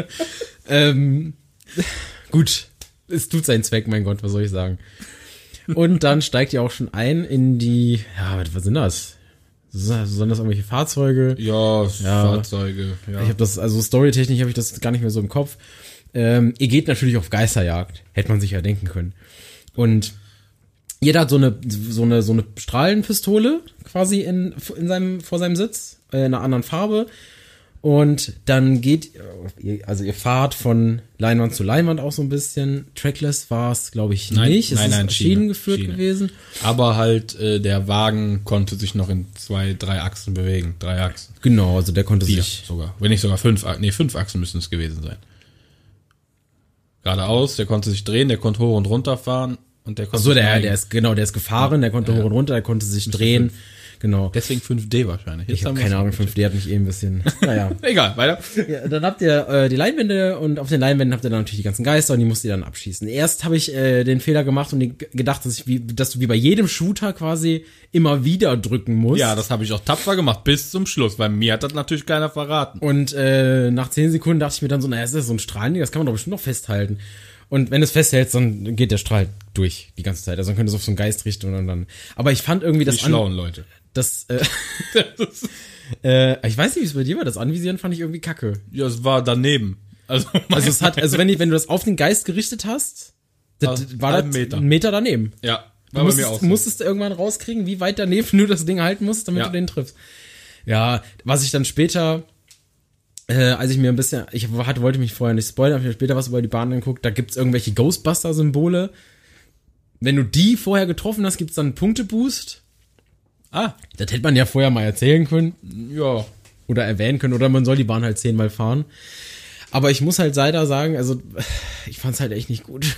ähm, gut, es tut seinen Zweck, mein Gott, was soll ich sagen. Und dann steigt ihr auch schon ein in die, ja, was sind das? Sollen das irgendwelche Fahrzeuge? Ja, Ja. Fahrzeuge. Ja. Ich habe das, also storytechnisch habe ich das gar nicht mehr so im Kopf. Ähm, ihr geht natürlich auf Geisterjagd, hätte man sich ja denken können. Und jeder hat so eine so eine so eine Strahlenpistole quasi in in seinem vor seinem Sitz, äh, in einer anderen Farbe. Und dann geht, ihr- also ihr fahrt von Leinwand zu Leinwand auch so ein bisschen. Trackless war es, glaube ich, Nein, nicht. Es nein, ist nein, Schienen Schiene, geführt Schiene. gewesen. Aber halt, äh, der Wagen konnte sich noch in zwei, drei Achsen bewegen. Drei Achsen. Genau, also der konnte Vier sich. sogar. Wenn nicht sogar fünf, nee, fünf Achsen müssen es gewesen sein. Geradeaus, der konnte sich drehen, der konnte hoch und runter fahren und der konnte Achso, sich der, neigen. der ist, genau, der ist gefahren, der konnte Ja, hoch ja. und runter, der konnte sich drehen. Genau. Deswegen fünf D wahrscheinlich. Jetzt Ich habe haben keine wir's Ahnung, gecheckt. fünf D hat mich eh ein bisschen, naja. Egal, weiter. Ja, dann habt ihr äh, die Leinwände und auf den Leinwänden habt ihr dann natürlich die ganzen Geister und die musst ihr dann abschießen. Erst habe ich äh, den Fehler gemacht und die, gedacht, dass, ich wie, dass du wie bei jedem Shooter quasi immer wieder drücken musst. Ja, das habe ich auch tapfer gemacht, bis zum Schluss, weil mir hat das natürlich keiner verraten. Und äh, nach zehn Sekunden dachte ich mir dann so, naja, ist das so ein Strahlen, das kann man doch bestimmt noch festhalten. Und wenn du es festhältst, dann geht der Strahl durch die ganze Zeit. Also dann könnte es auf so einen Geist richten und dann. Aber ich fand irgendwie Die das schlauen Leute. das äh, äh, ich weiß nicht, wie es bei dir war, das Anvisieren fand ich irgendwie kacke. Ja, es war daneben. Also, Also es hat, also wenn, ich, wenn du das auf den Geist gerichtet hast, das Also war einen das Meter. ein Meter daneben. ja, Du war bei musstest, mir auch so. musstest du irgendwann rauskriegen, wie weit daneben du das Ding halten musst, damit Ja. du den triffst. Ja, was ich dann später, äh, als ich mir ein bisschen, ich hatte, wollte mich vorher nicht spoilern, habe ich mir später was über die Bahn angeguckt, da gibt's irgendwelche Ghostbuster-Symbole. Wenn du die vorher getroffen hast, gibt's dann einen Punkteboost. Ah, Das hätte man ja vorher mal erzählen können. ja. Oder erwähnen können, oder man soll die Bahn halt zehnmal fahren. Aber ich muss halt leider sagen, also ich fand's halt echt nicht gut.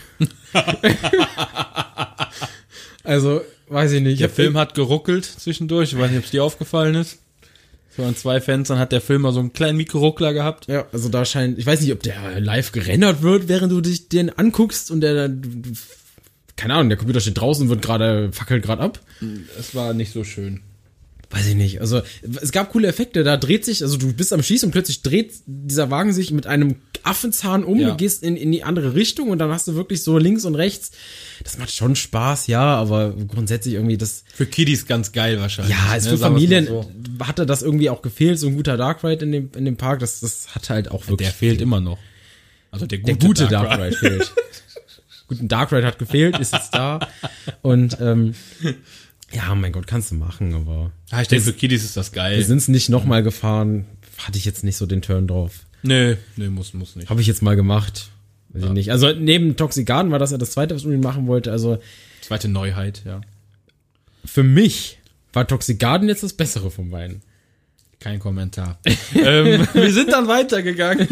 Also, weiß ich nicht. Ich Der hab- Film hat geruckelt zwischendurch, ich weiß nicht, ob es dir aufgefallen ist. So an zwei Fenstern hat der Film mal so einen kleinen Mikroruckler gehabt. Ja, also da scheint, ich weiß nicht, ob der live gerendert wird, während du dich den anguckst und der dann, du- du- keine Ahnung, der Computer steht draußen und wird gerade, fackelt gerade ab. Es war nicht so schön. Weiß ich nicht. Also, es gab coole Effekte, da dreht sich, also du bist am Schießen und plötzlich dreht dieser Wagen sich mit einem Affenzahn um, Ja. du gehst in, in die andere Richtung und dann hast du wirklich so links und rechts. Das macht schon Spaß, ja, aber grundsätzlich irgendwie das, Für Kiddies ganz geil wahrscheinlich. ja, ist ne, für sagen wir's Familien, mal so. hatte das irgendwie auch gefehlt, so ein guter Dark Ride in dem, in dem Park, das, das hat halt auch wirklich. Der fehlt immer noch. Also der gute, Der gute Dark Dark Ride. Ride fehlt. Guten Dark Ride hat gefehlt, ist jetzt da. Und ähm, ja, mein Gott, kannst du machen, aber Ah, ich denke, für Kiddies ist das wir geil. sind es nicht nochmal gefahren. Hatte ich jetzt nicht so den Turn drauf. Nee, nee, muss, muss nicht. Habe ich jetzt mal gemacht. Weiß ich nicht. Also neben Toxic Garden war das ja das zweite, was ich machen wollte. Also Zweite Neuheit, ja. für mich war Toxic Garden jetzt das Bessere von beiden. Kein Kommentar. ähm, wir sind dann weitergegangen.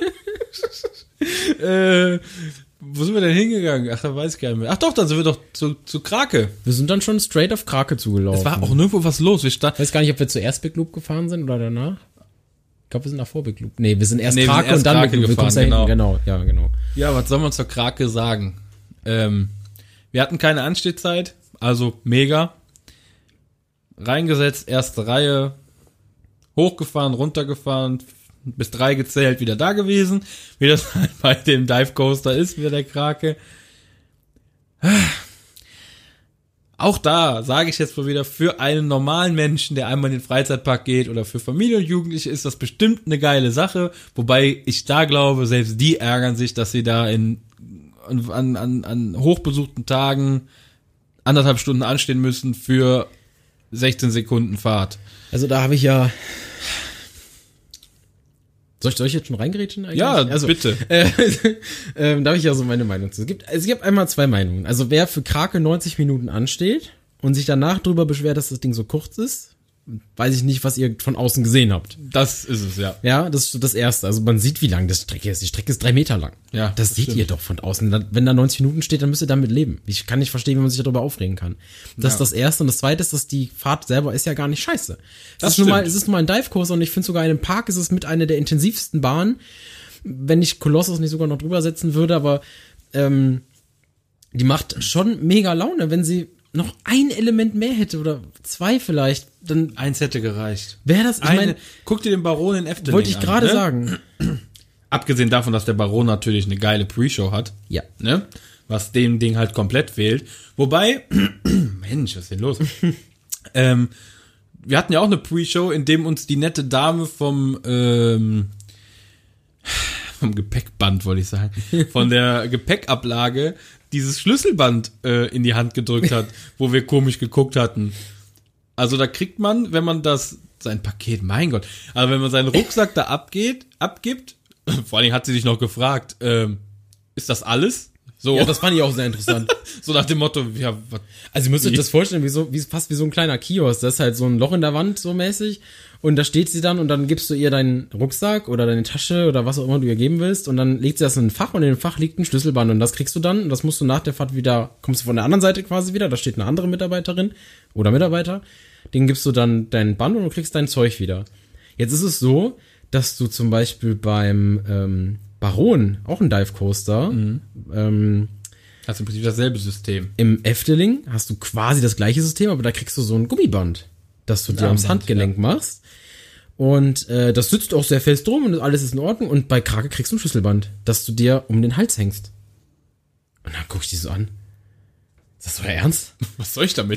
äh, wo sind wir denn hingegangen? Ach, da weiß ich gar nicht mehr. Ach doch, dann sind wir doch zu, zu Krake. Wir sind dann schon straight auf Krake zugelaufen. Es war auch nirgendwo was los. Wir sta- Ich weiß gar nicht, ob wir zuerst Big Loop gefahren sind oder danach. glaube, wir sind davor Big Loop. Nee, wir sind erst Nee, wir sind Krake erst und dann Krake Big Loop. Wir kommen gefahren, da hinten. genau. Genau, ja, genau. Ja, was soll man zur Krake sagen? Ähm, wir hatten keine Anstehzeit, also mega. Reingesetzt, erste Reihe, hochgefahren, runtergefahren, bis drei gezählt, wieder da gewesen. Wie das halt bei dem Dive Coaster ist, wie der Krake. Auch da sage ich jetzt mal wieder, für einen normalen Menschen, der einmal in den Freizeitpark geht oder für Familie und Jugendliche, ist das bestimmt eine geile Sache. Wobei ich da glaube, selbst die ärgern sich, dass sie da in an, an, an hochbesuchten Tagen anderthalb Stunden anstehen müssen für sechzehn Sekunden Fahrt. Also da habe ich ja... Soll ich, soll ich jetzt schon reingrätschen eigentlich? Ja, also, bitte. Äh, ähm, da habe ich ja so meine Meinung zu. Es gibt, es gibt einmal zwei Meinungen. Also wer für Krake neunzig Minuten ansteht und sich danach drüber beschwert, dass das Ding so kurz ist, weiß ich nicht, was ihr von außen gesehen habt. Das ist es, ja. Ja, das ist das Erste. Also man sieht, wie lang das Strecke ist. Die Strecke ist drei Meter lang. Ja, das, das seht stimmt. ihr doch von außen. Wenn da neunzig Minuten steht, dann müsst ihr damit leben. Ich kann nicht verstehen, wie man sich darüber aufregen kann. Das Ja. ist das Erste. Und das Zweite ist, dass die Fahrt selber ist ja gar nicht scheiße. Es Das ist nun mal, stimmt. es ist nun mal ein Dive-Kurs und ich finde sogar in einem Park ist es mit einer der intensivsten Bahnen. Wenn ich Kolossus nicht sogar noch drüber setzen würde, aber ähm, die macht schon mega Laune, wenn sie noch ein Element mehr hätte oder zwei vielleicht, dann Eins hätte gereicht. wäre das, ich Eine, meine, guck dir den Baron in Efteling wollte ich an, gerade ne? sagen. Abgesehen davon, dass der Baron natürlich eine geile Pre-Show hat. Ja. Ne? Was dem Ding halt komplett fehlt. Wobei, Mensch, was ist denn los? ähm, wir hatten ja auch eine Pre-Show, in dem uns die nette Dame vom, ähm, vom Gepäckband, wollte ich sagen, von der Gepäckablage dieses Schlüsselband äh, in die Hand gedrückt hat, wo wir komisch geguckt hatten. Also da kriegt man, wenn man das, sein Paket, mein Gott, aber wenn man seinen Rucksack da abgeht, abgibt, vor allen Dingen hat sie sich noch gefragt, ähm, ist das alles? So, Ja, das fand ich auch sehr interessant. so nach dem Motto, ja, was, Also ihr müsst euch Wie? das vorstellen, wie so, wie fast wie so ein kleiner Kiosk. Das ist halt so ein Loch in der Wand so mäßig. Und da steht sie dann und dann gibst du ihr deinen Rucksack oder deine Tasche oder was auch immer du ihr geben willst. Und dann legt sie das in ein Fach und in dem Fach liegt ein Schlüsselband. Und das kriegst du dann und das musst du nach der Fahrt wieder, kommst du von der anderen Seite quasi wieder, da steht eine andere Mitarbeiterin oder Mitarbeiter. Den gibst du dann dein Band und du kriegst dein Zeug wieder. Jetzt ist es so, dass du zum Beispiel beim ähm, Baron, auch ein Dive Coaster, ähm, hast im Prinzip dasselbe System. im Efteling hast du quasi das gleiche System, aber da kriegst du so ein Gummiband, das du dir ums Armband, Handgelenk machst. Und äh, das sitzt auch sehr fest drum und alles ist in Ordnung. Und bei Krake kriegst du ein Schlüsselband, das du dir um den Hals hängst. Und dann guck ich die so an. Ist das so ernst? Was soll ich damit?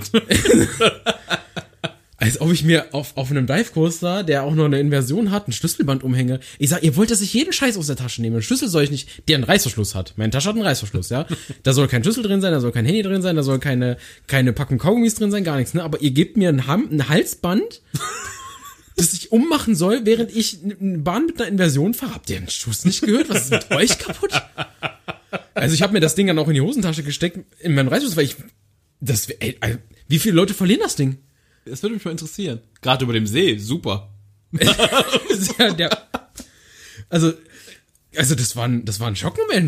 Als ob ich mir auf, auf einem Dive-Coaster, der auch noch eine Inversion hat, ein Schlüsselband umhänge. Ich sag, ihr wollt, dass ich jeden Scheiß aus der Tasche nehme. Einen Schlüssel soll ich nicht, der einen Reißverschluss hat. Meine Tasche hat einen Reißverschluss, ja. Da soll kein Schlüssel drin sein, da soll kein Handy drin sein, da soll keine, keine Packung Kaugummis drin sein, gar nichts, ne. Aber ihr gebt mir ein, Ham, ein Halsband, das ich ummachen soll, während ich eine Bahn mit einer Inversion fahre. Habt ihr einen Schuss nicht gehört? Was ist mit euch kaputt? Also ich habe mir das Ding dann auch in die Hosentasche gesteckt, in meinen Reißverschluss, weil ich, das, ey, wie viele Leute verlieren das Ding? Das würde mich mal interessieren. Gerade über dem See, super. Ja, der, also, also das war ein, das war ein Schockmoment.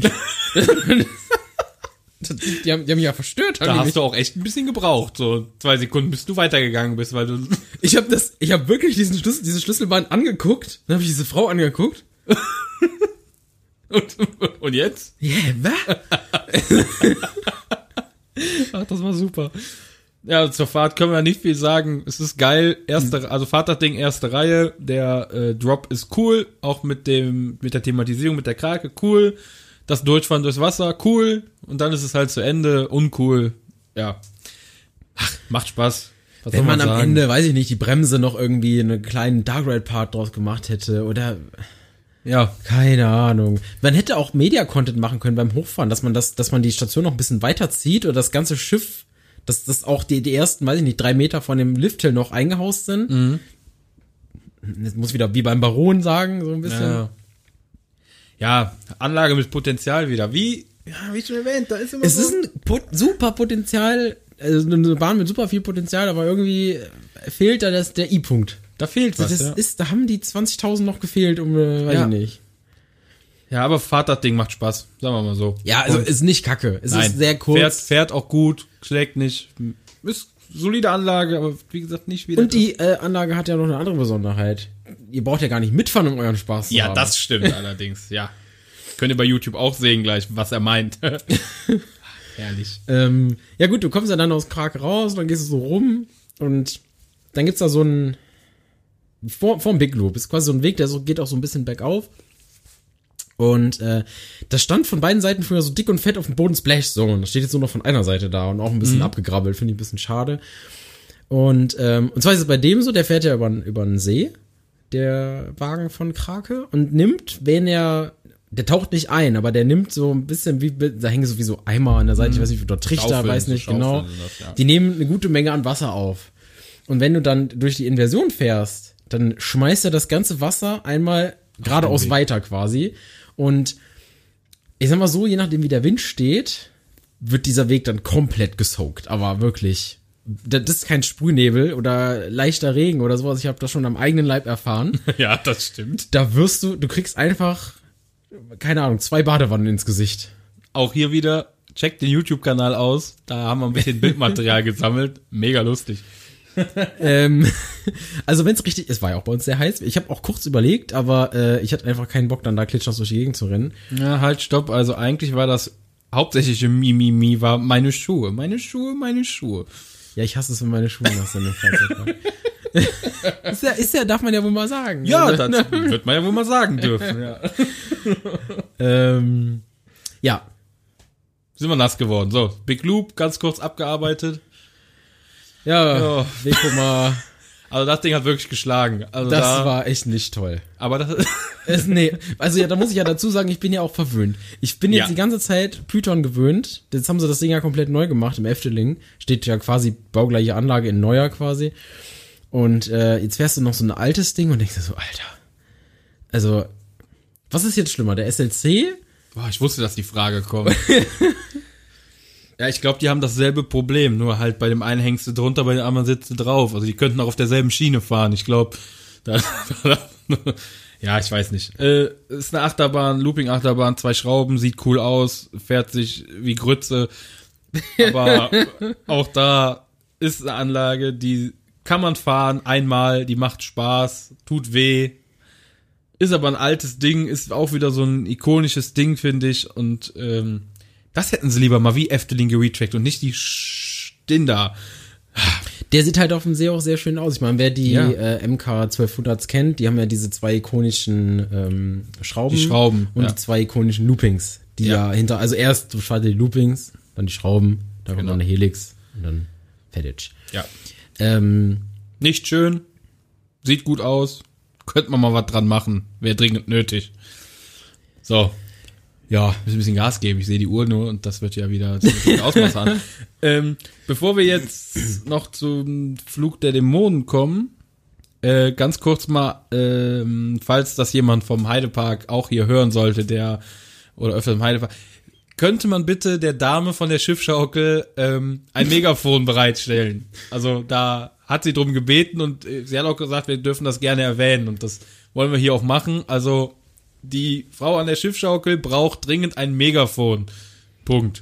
Das, die, haben, die haben mich ja verstört. Da Haben die hast mich. du auch echt ein bisschen gebraucht. So zwei Sekunden, bis du weitergegangen bist, weil du... Ich habe das, ich habe wirklich diesen Schlüssel, diese Schlüsselbahn angeguckt. Dann habe ich diese Frau angeguckt. Und, und jetzt? Yeah, was? Ach, das war super. Ja, zur Fahrt können wir nicht viel sagen. Es ist geil. Erste, also Fahrtding, erste Reihe. Der äh, Drop ist cool. Auch mit dem, mit der Thematisierung, mit der Krake, cool. Das Durchfahren durchs Wasser, cool. Und dann ist es halt zu Ende, uncool. Ja. Ach, macht Spaß. Was Wenn soll man am sagen? Ende, weiß ich nicht, die Bremse noch irgendwie einen kleinen Dark Ride Part draus gemacht hätte oder Ja. keine Ahnung. Man hätte auch Media-Content machen können beim Hochfahren, dass man das, dass man die Station noch ein bisschen weiter zieht oder das ganze Schiff, dass das auch die, die ersten, weiß ich nicht, drei Meter von dem Lifthill noch eingehaust sind. Mhm. Das muss wieder wie beim Baron sagen, so ein bisschen. Ja. Ja, Anlage mit Potenzial wieder. Wie, ja, wie schon erwähnt, da ist immer Es so... ist ein Pot super Potenzial, also eine Bahn mit super viel Potenzial, aber irgendwie fehlt da das, der I-Punkt. da fehlt was, Das ja. ist, da haben die zwanzigtausend noch gefehlt, um, äh, weiß Ja. ich nicht. Ja, aber Fahrt das Ding macht Spaß, sagen wir mal so. Ja, also Und- ist nicht kacke. Es Nein, ist sehr kurz. Fährt, fährt auch gut, schlägt nicht. ist solide Anlage, aber wie gesagt nicht wieder. Und die äh, Anlage hat ja noch eine andere Besonderheit. Ihr braucht ja gar nicht mitfahren, um euren Spaß zu ja, haben. Ja, das stimmt allerdings, ja. Könnt ihr bei YouTube auch sehen gleich, was er meint. Herrlich. Ähm, ja gut, du kommst ja dann aus Krake raus, dann gehst du so rum und dann gibt's da so einen vor, vorm Big Loop, ist quasi so ein Weg, der so geht auch so ein bisschen bergauf. Und äh, das stand von beiden Seiten früher so dick und fett auf dem Boden Splash Zone. Das steht jetzt nur noch von einer Seite da und auch ein bisschen mhm. abgegrabbelt, finde ich ein bisschen schade. Und ähm, und zwar ist es bei dem so, der fährt ja über über einen See, der Wagen von Krake, und nimmt, wenn er der taucht nicht ein, aber der nimmt so ein bisschen wie, da hängen so wie so Eimer an der Seite, mhm. ich weiß nicht, oder Trichter, Schaufeln, weiß nicht so genau. Das, ja. Die nehmen eine gute Menge an Wasser auf. Und wenn du dann durch die Inversion fährst, dann schmeißt er das ganze Wasser einmal geradeaus weiter quasi. Und ich sag mal so, je nachdem wie der Wind steht, wird dieser Weg dann komplett gesoakt. Aber wirklich, das ist kein Sprühnebel oder leichter Regen oder sowas. Ich habe das schon am eigenen Leib erfahren. Ja, das stimmt. Da wirst du, du kriegst einfach, keine Ahnung, zwei Badewannen ins Gesicht. Auch hier wieder, checkt den YouTube-Kanal aus. Da haben wir ein bisschen Bildmaterial gesammelt. Mega lustig. ähm, also wenn es richtig, es war ja auch bei uns sehr heiß. Ich habe auch kurz überlegt, aber äh, ich hatte einfach keinen Bock, dann da klitschnass durch die Gegend zu rennen. Ja, halt, stopp. Also eigentlich war das hauptsächliche Mimimi, war meine Schuhe. Meine Schuhe, meine Schuhe. Ja, ich hasse es, wenn meine Schuhe nass sind im Freizeitpark. ist, ja, ist ja, darf man ja wohl mal sagen. Ja, das wird man ja wohl mal sagen dürfen. Ja. ähm, ja. Sind wir nass geworden. So, Big Loop, ganz kurz abgearbeitet. Ja, Vekoma. Also das Ding hat wirklich geschlagen. Also das da, war echt nicht toll. Aber das es, nee, also ja, da muss ich ja dazu sagen, ich bin ja auch verwöhnt. Ich bin jetzt ja. die ganze Zeit Python gewöhnt. Jetzt haben sie das Ding ja komplett neu gemacht im Efteling. Steht ja quasi baugleiche Anlage in neuer quasi. Und äh, jetzt fährst du noch so ein altes Ding und denkst dir so, Alter. Also, was ist jetzt schlimmer, der S L C? Boah, ich wusste, dass die Frage kommt. Ja, ich glaube, die haben dasselbe Problem, nur halt bei dem einen hängst du drunter, bei dem anderen sitzt du drauf. Also die könnten auch auf derselben Schiene fahren. Ich glaube, da, ja, ich weiß nicht. Äh, ist eine Achterbahn, Looping-Achterbahn, zwei Schrauben, sieht cool aus, fährt sich wie Grütze. Aber auch da ist eine Anlage, die kann man fahren einmal, die macht Spaß, tut weh. Ist aber ein altes Ding, ist auch wieder so ein ikonisches Ding, finde ich. Und ähm, das hätten sie lieber mal wie Efteling geretrackt und nicht die Stinder. Der sieht halt auf dem See auch sehr schön aus. Ich meine, wer die ja. äh, M K zwölfhundert kennt, die haben ja diese zwei ikonischen ähm, Schrauben. Die Schrauben. Und ja. die zwei ikonischen Loopings, die ja, ja hinter, also erst du schaltest die Loopings, dann die Schrauben, dann kommt genau. noch eine Helix und dann fertig. Ja. Ähm, nicht schön, sieht gut aus, könnte man mal was dran machen, wäre dringend nötig. So. Ja, müssen ein bisschen Gas geben. Ich sehe die Uhr nur und das wird ja wieder ziemlich Ausmaß an. Ähm, bevor wir jetzt noch zum Flug der Dämonen kommen, äh, ganz kurz mal, ähm, falls das jemand vom Heidepark auch hier hören sollte, der oder öfter im Heidepark, könnte man bitte der Dame von der Schiffschaukel ähm, ein Megafon bereitstellen. Also da hat sie drum gebeten und sie hat auch gesagt, wir dürfen das gerne erwähnen und das wollen wir hier auch machen. Also die Frau an der Schiffschaukel braucht dringend ein Megafon. Punkt.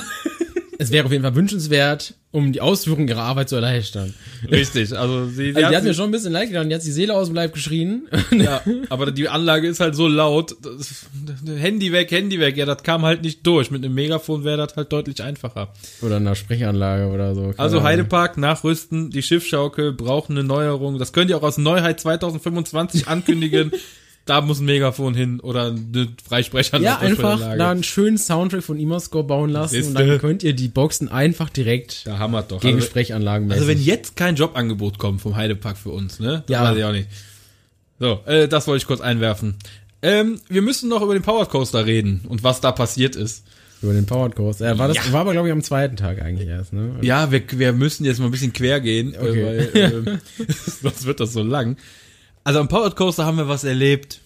Es wäre auf jeden Fall wünschenswert, um die Ausführung ihrer Arbeit zu erleichtern. Richtig, also sie, sie also hat, die hat mir schon ein bisschen leid getan, die hat die Seele aus dem Leib geschrien. Ja, aber die Anlage ist halt so laut, das, Handy weg, Handy weg, ja, das kam halt nicht durch. Mit einem Megafon wäre das halt deutlich einfacher. Oder einer Sprechanlage oder so. Also Heidepark, nachrüsten, die Schiffschaukel braucht eine Neuerung. Das könnt ihr auch aus Neuheit zwanzig fünfundzwanzig ankündigen. Da muss ein Megafon hin oder eine Freisprechanlage. Ja, einfach da einen schönen Soundtrack von Imascore bauen lassen Siehste? Und dann könnt ihr die Boxen einfach direkt da hammert doch. gegen also, Sprechanlagen Also wenn jetzt kein Jobangebot kommt vom Heidepark für uns, ne? Das ja. weiß ich auch nicht. So, äh, das wollte ich kurz einwerfen. Ähm, wir müssen noch über den Powered Coaster reden und was da passiert ist. Über den Powered Coaster. Ja, war das ja. war aber, glaube ich, am zweiten Tag eigentlich erst, ne? Ja, wir, wir müssen jetzt mal ein bisschen quer gehen, okay. äh, weil äh, sonst wird das so lang. Also am Powered Coaster haben wir was erlebt.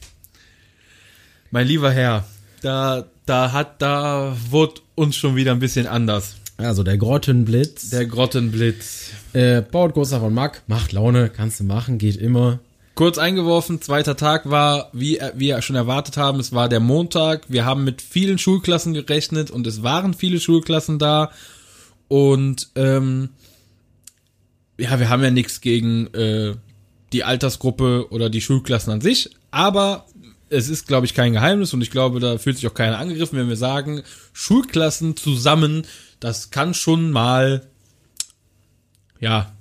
Mein lieber Herr, da, da hat, da wurde uns schon wieder ein bisschen anders. Also der Grottenblitz. Der Grottenblitz. Äh, Powered Coaster von Mack, macht Laune, kannst du machen, geht immer. Kurz eingeworfen, zweiter Tag war, wie wir schon erwartet haben, es war der Montag. Wir haben mit vielen Schulklassen gerechnet und es waren viele Schulklassen da. Und ähm, ja, wir haben ja nichts gegen äh, die Altersgruppe oder die Schulklassen an sich, aber es ist, glaube ich, kein Geheimnis und ich glaube, da fühlt sich auch keiner angegriffen, wenn wir sagen, Schulklassen zusammen, das kann schon mal, ja,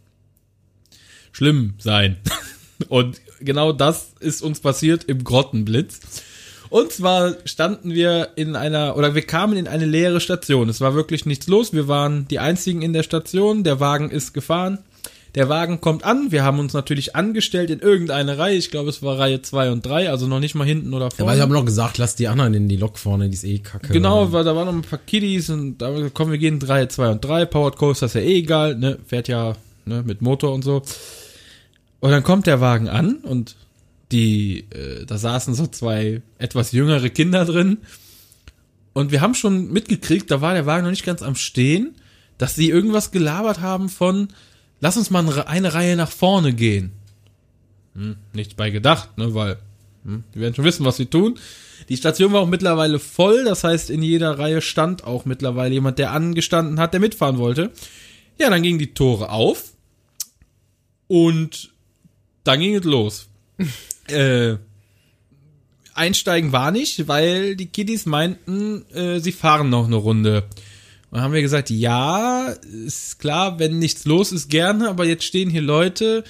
schlimm sein. Und genau das ist uns passiert im Grottenblitz. Und zwar standen wir in einer, oder wir kamen in eine leere Station. Es war wirklich nichts los. Wir waren die einzigen in der Station. Der Wagen ist gefahren. Der Wagen kommt an. Wir haben uns natürlich angestellt in irgendeine Reihe. Ich glaube, es war Reihe zwei und drei, also noch nicht mal hinten oder vorne. Ja, weil ich habe noch gesagt, lass die anderen in die Lok vorne, die ist eh kacke. Genau, weil da waren noch ein paar Kiddies und da haben wir gesagt, komm, wir gehen in Reihe zwei und drei. Powered Coaster ist ja eh egal, ne? Fährt ja ne, mit Motor und so. Und dann kommt der Wagen an und die, äh, da saßen so zwei etwas jüngere Kinder drin. Und wir haben schon mitgekriegt, da war der Wagen noch nicht ganz am Stehen, dass sie irgendwas gelabert haben von, lass uns mal eine Reihe nach vorne gehen. Hm, nichts bei gedacht, ne, weil hm, die werden schon wissen, was sie tun. Die Station war auch mittlerweile voll, das heißt, in jeder Reihe stand auch mittlerweile jemand, der angestanden hat, der mitfahren wollte. Ja, dann gingen die Tore auf und dann ging es los. äh, einsteigen war nicht, weil die Kiddies meinten, äh, sie fahren noch eine Runde. Und dann haben wir gesagt, ja, ist klar, wenn nichts los ist, gerne, aber jetzt stehen hier Leute.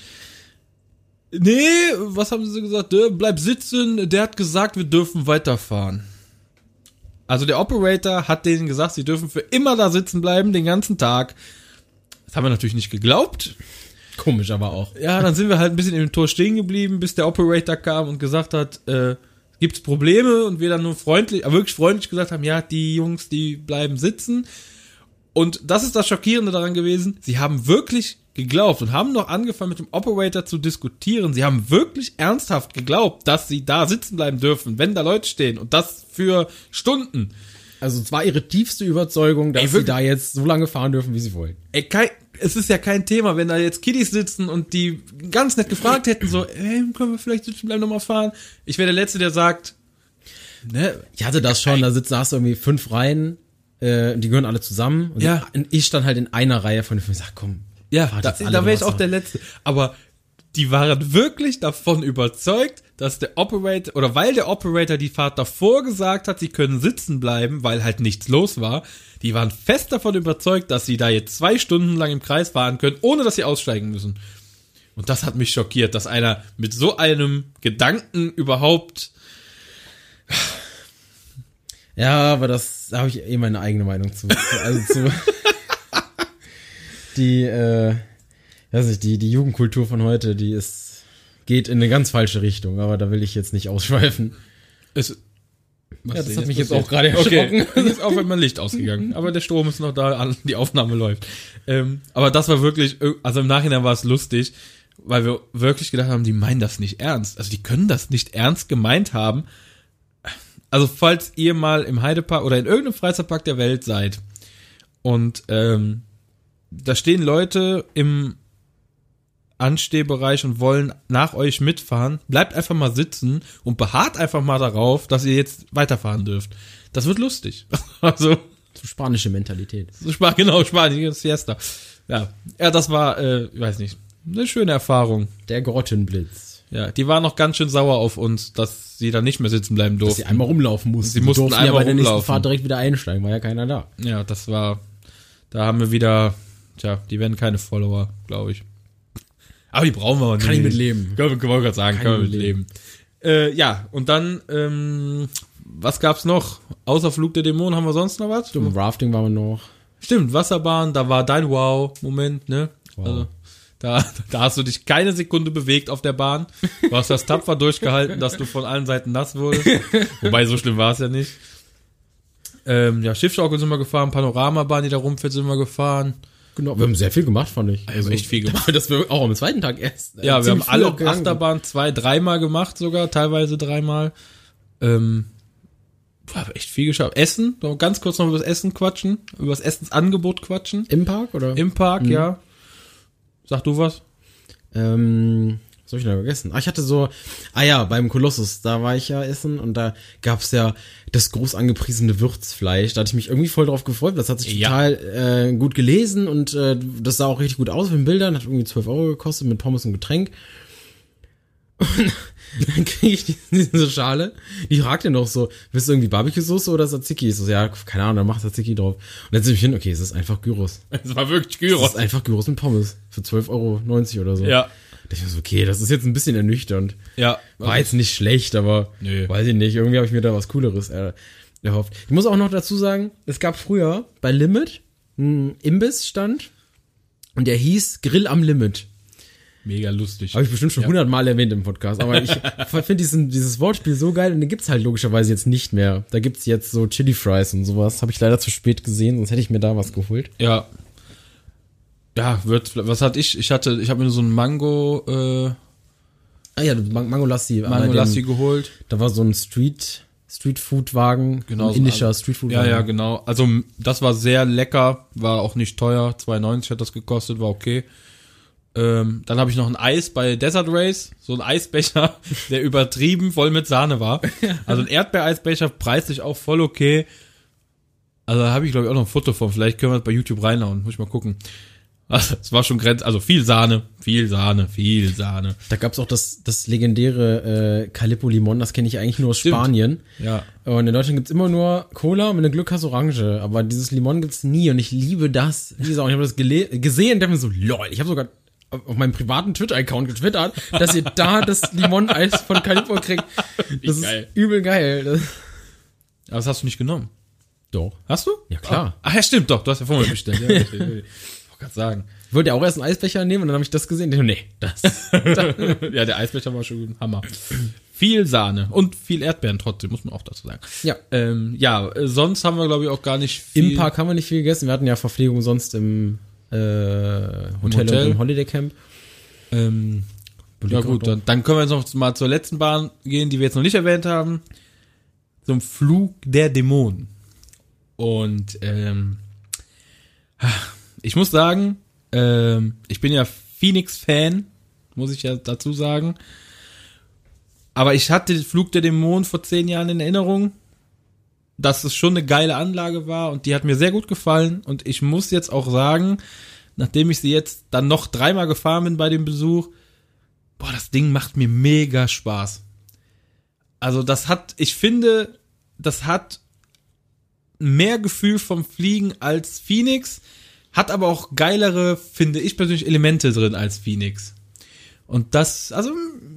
Nee, was haben sie gesagt? Bleib sitzen, der hat gesagt, wir dürfen weiterfahren. Also der Operator hat denen gesagt, sie dürfen für immer da sitzen bleiben, den ganzen Tag. Das haben wir natürlich nicht geglaubt. Komisch aber auch. Ja, dann sind wir halt ein bisschen im Tor stehen geblieben, bis der Operator kam und gesagt hat, äh, gibt's Probleme? Und wir dann nur freundlich, aber wirklich freundlich gesagt haben, ja, die Jungs, die bleiben sitzen. Und das ist das Schockierende daran gewesen, sie haben wirklich geglaubt und haben noch angefangen mit dem Operator zu diskutieren. Sie haben wirklich ernsthaft geglaubt, dass sie da sitzen bleiben dürfen, wenn da Leute stehen und das für Stunden. Also es war ihre tiefste Überzeugung, dass Ey, sie da jetzt so lange fahren dürfen, wie sie wollen. Ey, kein, es ist ja kein Thema, wenn da jetzt Kiddies sitzen und die ganz nett gefragt hätten, so, ey, können wir vielleicht sitzen bleiben, nochmal fahren? Ich wäre der Letzte, der sagt, ne, ich hatte das schon, da sitzen, da hast du irgendwie fünf Reihen, äh, und die gehören alle zusammen. Und ja. ich stand halt in einer Reihe von den fünf, ich sag, komm. Ja, da, da wäre ich auch der Letzte. Aber die waren wirklich davon überzeugt, dass der Operator, oder weil der Operator die Fahrt davor gesagt hat, sie können sitzen bleiben, weil halt nichts los war, die waren fest davon überzeugt, dass sie da jetzt zwei Stunden lang im Kreis fahren können, ohne dass sie aussteigen müssen. Und das hat mich schockiert, dass einer mit so einem Gedanken überhaupt... Ja, aber das, da habe ich eh meine eigene Meinung zu. Also zu die, äh, weiß nicht, die, die Jugendkultur von heute, die ist, geht in eine ganz falsche Richtung, aber da will ich jetzt nicht ausschweifen. Es, ja, das hat mich jetzt auch gerade erschrocken. Okay. Jetzt ist auch mein Licht ausgegangen, aber der Strom ist noch da, die Aufnahme läuft. Ähm, aber das war wirklich, also im Nachhinein war es lustig, weil wir wirklich gedacht haben, die meinen das nicht ernst. Also die können das nicht ernst gemeint haben. Also falls ihr mal im Heidepark oder in irgendeinem Freizeitpark der Welt seid und ähm, da stehen Leute im Anstehbereich und wollen nach euch mitfahren, bleibt einfach mal sitzen und beharrt einfach mal darauf, dass ihr jetzt weiterfahren dürft. Das wird lustig. Also so spanische Mentalität. So Span- genau, spanische Siesta. Ja, ja, das war, äh, ich weiß nicht, eine schöne Erfahrung. Der Grottenblitz. Ja, die waren noch ganz schön sauer auf uns, dass sie da nicht mehr sitzen bleiben durften. Dass sie einmal rumlaufen mussten. Sie mussten die einmal ja bei der nächsten rumlaufen. Fahrt direkt wieder einsteigen, war ja keiner da. Ja, das war, da haben wir wieder, tja, die werden keine Follower, glaube ich. Aber die brauchen wir auch nicht. Kann ich mit leben. Können wir gerade sagen, Kann können wir ich mit mit leben. Äh, ja, und dann, ähm, was gab's noch? Außer Flug der Dämonen haben wir sonst noch was? Im Rafting waren wir noch. Stimmt, Wasserbahn, da war dein Wow-Moment, ne? Wow. Also, da, da hast du dich keine Sekunde bewegt auf der Bahn. Du hast das tapfer durchgehalten, dass du von allen Seiten nass wurdest. Wobei, so schlimm war es ja nicht. Ähm, ja, Schiffschaukel sind wir gefahren, Panoramabahn, die da rumfährt, sind wir gefahren. Genau, wir haben sehr viel gemacht, fand ich. Also echt viel gemacht. Dafür, dass wir auch am zweiten Tag erst. äh, Ja, wir haben ziemlich früh alle auch gegangen sind. Achterbahn zwei, dreimal gemacht sogar, teilweise dreimal. Ähm, wir haben echt viel geschafft. Essen, noch ganz kurz noch über das Essen quatschen, über das Essensangebot quatschen. Im Park, oder? Im Park, Mhm. ja. Sag du was? Ähm, Was hab ich denn da gegessen? Ah, ich hatte so, ah ja, beim Kolossus, da war ich ja essen und da gab's ja das groß angepriesene Würzfleisch. Da hatte ich mich irgendwie voll drauf gefreut. Das hat sich Ja. total äh, gut gelesen und äh, das sah auch richtig gut aus auf den Bildern. Hat irgendwie zwölf Euro gekostet mit Pommes und Getränk. Und dann kriege ich diese, diese Schale, die fragt dann noch so, willst du irgendwie Barbecue-Soße oder Tzatziki? Ich so, ja, keine Ahnung, dann mach Tzatziki drauf. Und dann setze ich mich hin, okay, es ist einfach Gyros. Es war wirklich Es Gyros. ist einfach Gyros mit Pommes für zwölf Euro neunzig oder so. Ja. Da dachte ich mir so, okay, das ist jetzt ein bisschen ernüchternd. Ja. War jetzt nicht schlecht, aber Nö. weiß ich nicht, irgendwie habe ich mir da was Cooleres er, erhofft. Ich muss auch noch dazu sagen, es gab früher bei Limit einen Imbissstand und der hieß Grill am Limit. Mega lustig. Habe ich bestimmt schon hundertmal erwähnt im Podcast, aber ich finde diesen dieses Wortspiel so geil und den gibt's halt logischerweise jetzt nicht mehr. Da gibt's jetzt so Chili Fries und sowas. Habe ich leider zu spät gesehen, sonst hätte ich mir da was geholt. Ja. Ja, wird, was hatte ich? Ich hatte, ich habe mir so einen Mango, äh, Ah ja, Man- Mango Lassi. Mango bei dem- Lassi geholt. Da war so ein Street Street Food Wagen, Genau, ein so indischer ein- Street Food Ja, Wagen. ja, genau. Also, das war sehr lecker, war auch nicht teuer. zwei neunzig hat das gekostet, war okay. Ähm, dann habe ich noch ein Eis bei Desert Race, so ein Eisbecher, der übertrieben voll mit Sahne war. Also ein Erdbeereisbecher, preislich auch voll okay. Also da habe ich, glaube ich, auch noch ein Foto von. Vielleicht können wir das bei YouTube reinhauen. Muss ich mal gucken. Also, es war schon grenz, also viel Sahne, viel Sahne, viel Sahne. Da gab's auch das das legendäre äh, Calippo Limon, das kenne ich eigentlich nur aus Stimmt. Spanien. Ja. Und in Deutschland gibt's immer nur Cola und wenn du Glück hast Orange, aber dieses Limon gibt's nie und ich liebe das. Wie gesagt, ich habe das gele- gesehen und dachte mir so, lol, ich habe sogar auf meinem privaten Twitter-Account getwittert, dass ihr da das Limon-Eis von Calippo kriegt. Das ist geil. übel geil. Das Aber das hast du nicht genommen. Doch. Hast du? Ja, klar. Ach ja, stimmt doch, du hast ja vorher bestellt. Ja, ich wollte gerade sagen. Ich wollte ja auch erst einen Eisbecher nehmen und dann habe ich das gesehen und dachte, nee, das. Ja, der Eisbecher war schon ein Hammer. Viel Sahne und viel Erdbeeren trotzdem, muss man auch dazu sagen. Ja. Ähm, ja, äh, sonst haben wir, glaube ich, auch gar nicht viel. Im Park haben wir nicht viel gegessen. Wir hatten ja Verpflegung sonst im äh, Hotel, Hotel. und im Holiday Camp. Ähm, ja gut, dann, dann können wir jetzt noch mal zur letzten Bahn gehen, die wir jetzt noch nicht erwähnt haben. Zum Flug der Dämonen. Und ähm, ich muss sagen, ähm, ich bin ja Phoenix-Fan, muss ich ja dazu sagen. Aber ich hatte den Flug der Dämonen vor zehn Jahren in Erinnerung, dass es schon eine geile Anlage war und die hat mir sehr gut gefallen. Und ich muss jetzt auch sagen, nachdem ich sie jetzt dann noch dreimal gefahren bin bei dem Besuch, boah, das Ding macht mir mega Spaß. Also das hat, ich finde, das hat mehr Gefühl vom Fliegen als Phoenix, hat aber auch geilere, finde ich persönlich, Elemente drin als Phoenix. Und das, also,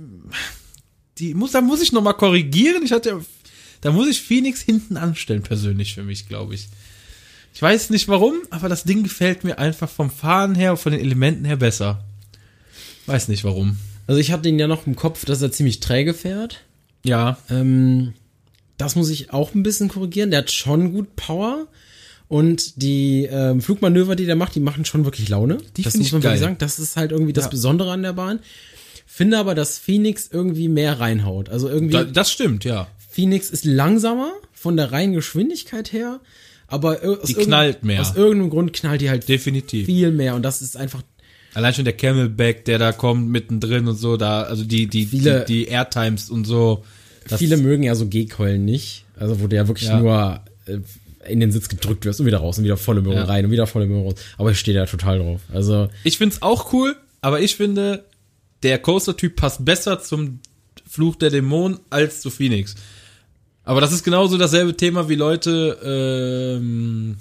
die muss, da muss ich nochmal korrigieren. Ich hatte, da muss ich Phoenix hinten anstellen, persönlich für mich, glaube ich. Ich weiß nicht warum, aber das Ding gefällt mir einfach vom Fahren her, von den Elementen her besser. Weiß nicht warum. Also ich hatte ihn ja noch im Kopf, dass er ziemlich träge fährt. Ja. Ähm, das muss ich auch ein bisschen korrigieren. Der hat schon gut Power. Und die ähm, Flugmanöver, die der macht, die machen schon wirklich Laune. Die das find muss ich man wirklich geil. sagen. Das ist halt irgendwie das Ja. Besondere an der Bahn. Finde aber, dass Phoenix irgendwie mehr reinhaut. Also irgendwie, Da, das stimmt, ja. Phoenix ist langsamer von der reinen Geschwindigkeit her. Aber ir- aus Die irgendeinem- knallt mehr. Aus irgendeinem Grund knallt die halt Definitiv. viel mehr. Und das ist einfach Allein schon der Camelback, der da kommt mittendrin und so, da, also die, die, Viele- die, die Airtimes und so. Das, Viele mögen ja so G-Keulen nicht. Also wo du ja wirklich Ja. nur äh, in den Sitz gedrückt wirst und wieder raus und wieder volle Möhre Ja. rein und wieder volle Möhre raus. Aber ich stehe da total drauf. Also Ich find's auch cool, aber ich finde, der Coaster-Typ passt besser zum Fluch der Dämonen als zu Phoenix. Aber das ist genauso dasselbe Thema wie Leute, ähm,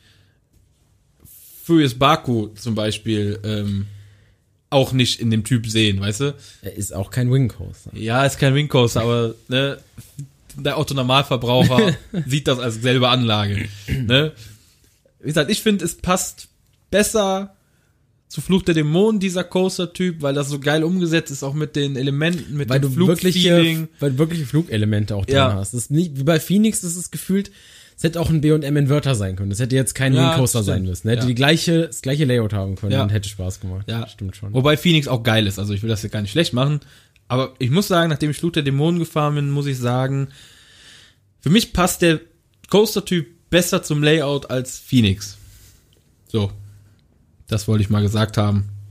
Furious Baku zum Beispiel, ähm, auch nicht in dem Typ sehen, weißt du? er ist auch kein Wing Coaster. Ja, ist kein Wingcoaster, aber ne, der Autonormalverbraucher sieht das als selbe Anlage. Ne? Wie gesagt, ich finde, es passt besser zu Fluch der Dämonen, dieser Coaster-Typ, weil das so geil umgesetzt ist, auch mit den Elementen, mit Weil dem du wirkliche, Flugfeeling. weil du wirkliche Flugelemente auch drin Ja. hast. Das ist nicht, wie bei Phoenix, das ist gefühlt, es hätte auch ein B und M Inverter sein können. Das hätte jetzt kein Ja, Wing Coaster stimmt. sein müssen. Er hätte Ja. die gleiche, das gleiche Layout haben können Ja. und hätte Spaß gemacht. Ja, Stimmt schon. Wobei Phoenix auch geil ist, also ich will das ja gar nicht schlecht machen, aber ich muss sagen, nachdem ich Fluch der Dämonen gefahren bin, muss ich sagen, für mich passt der Coaster-Typ besser zum Layout als Phoenix. So. Das wollte ich mal gesagt haben.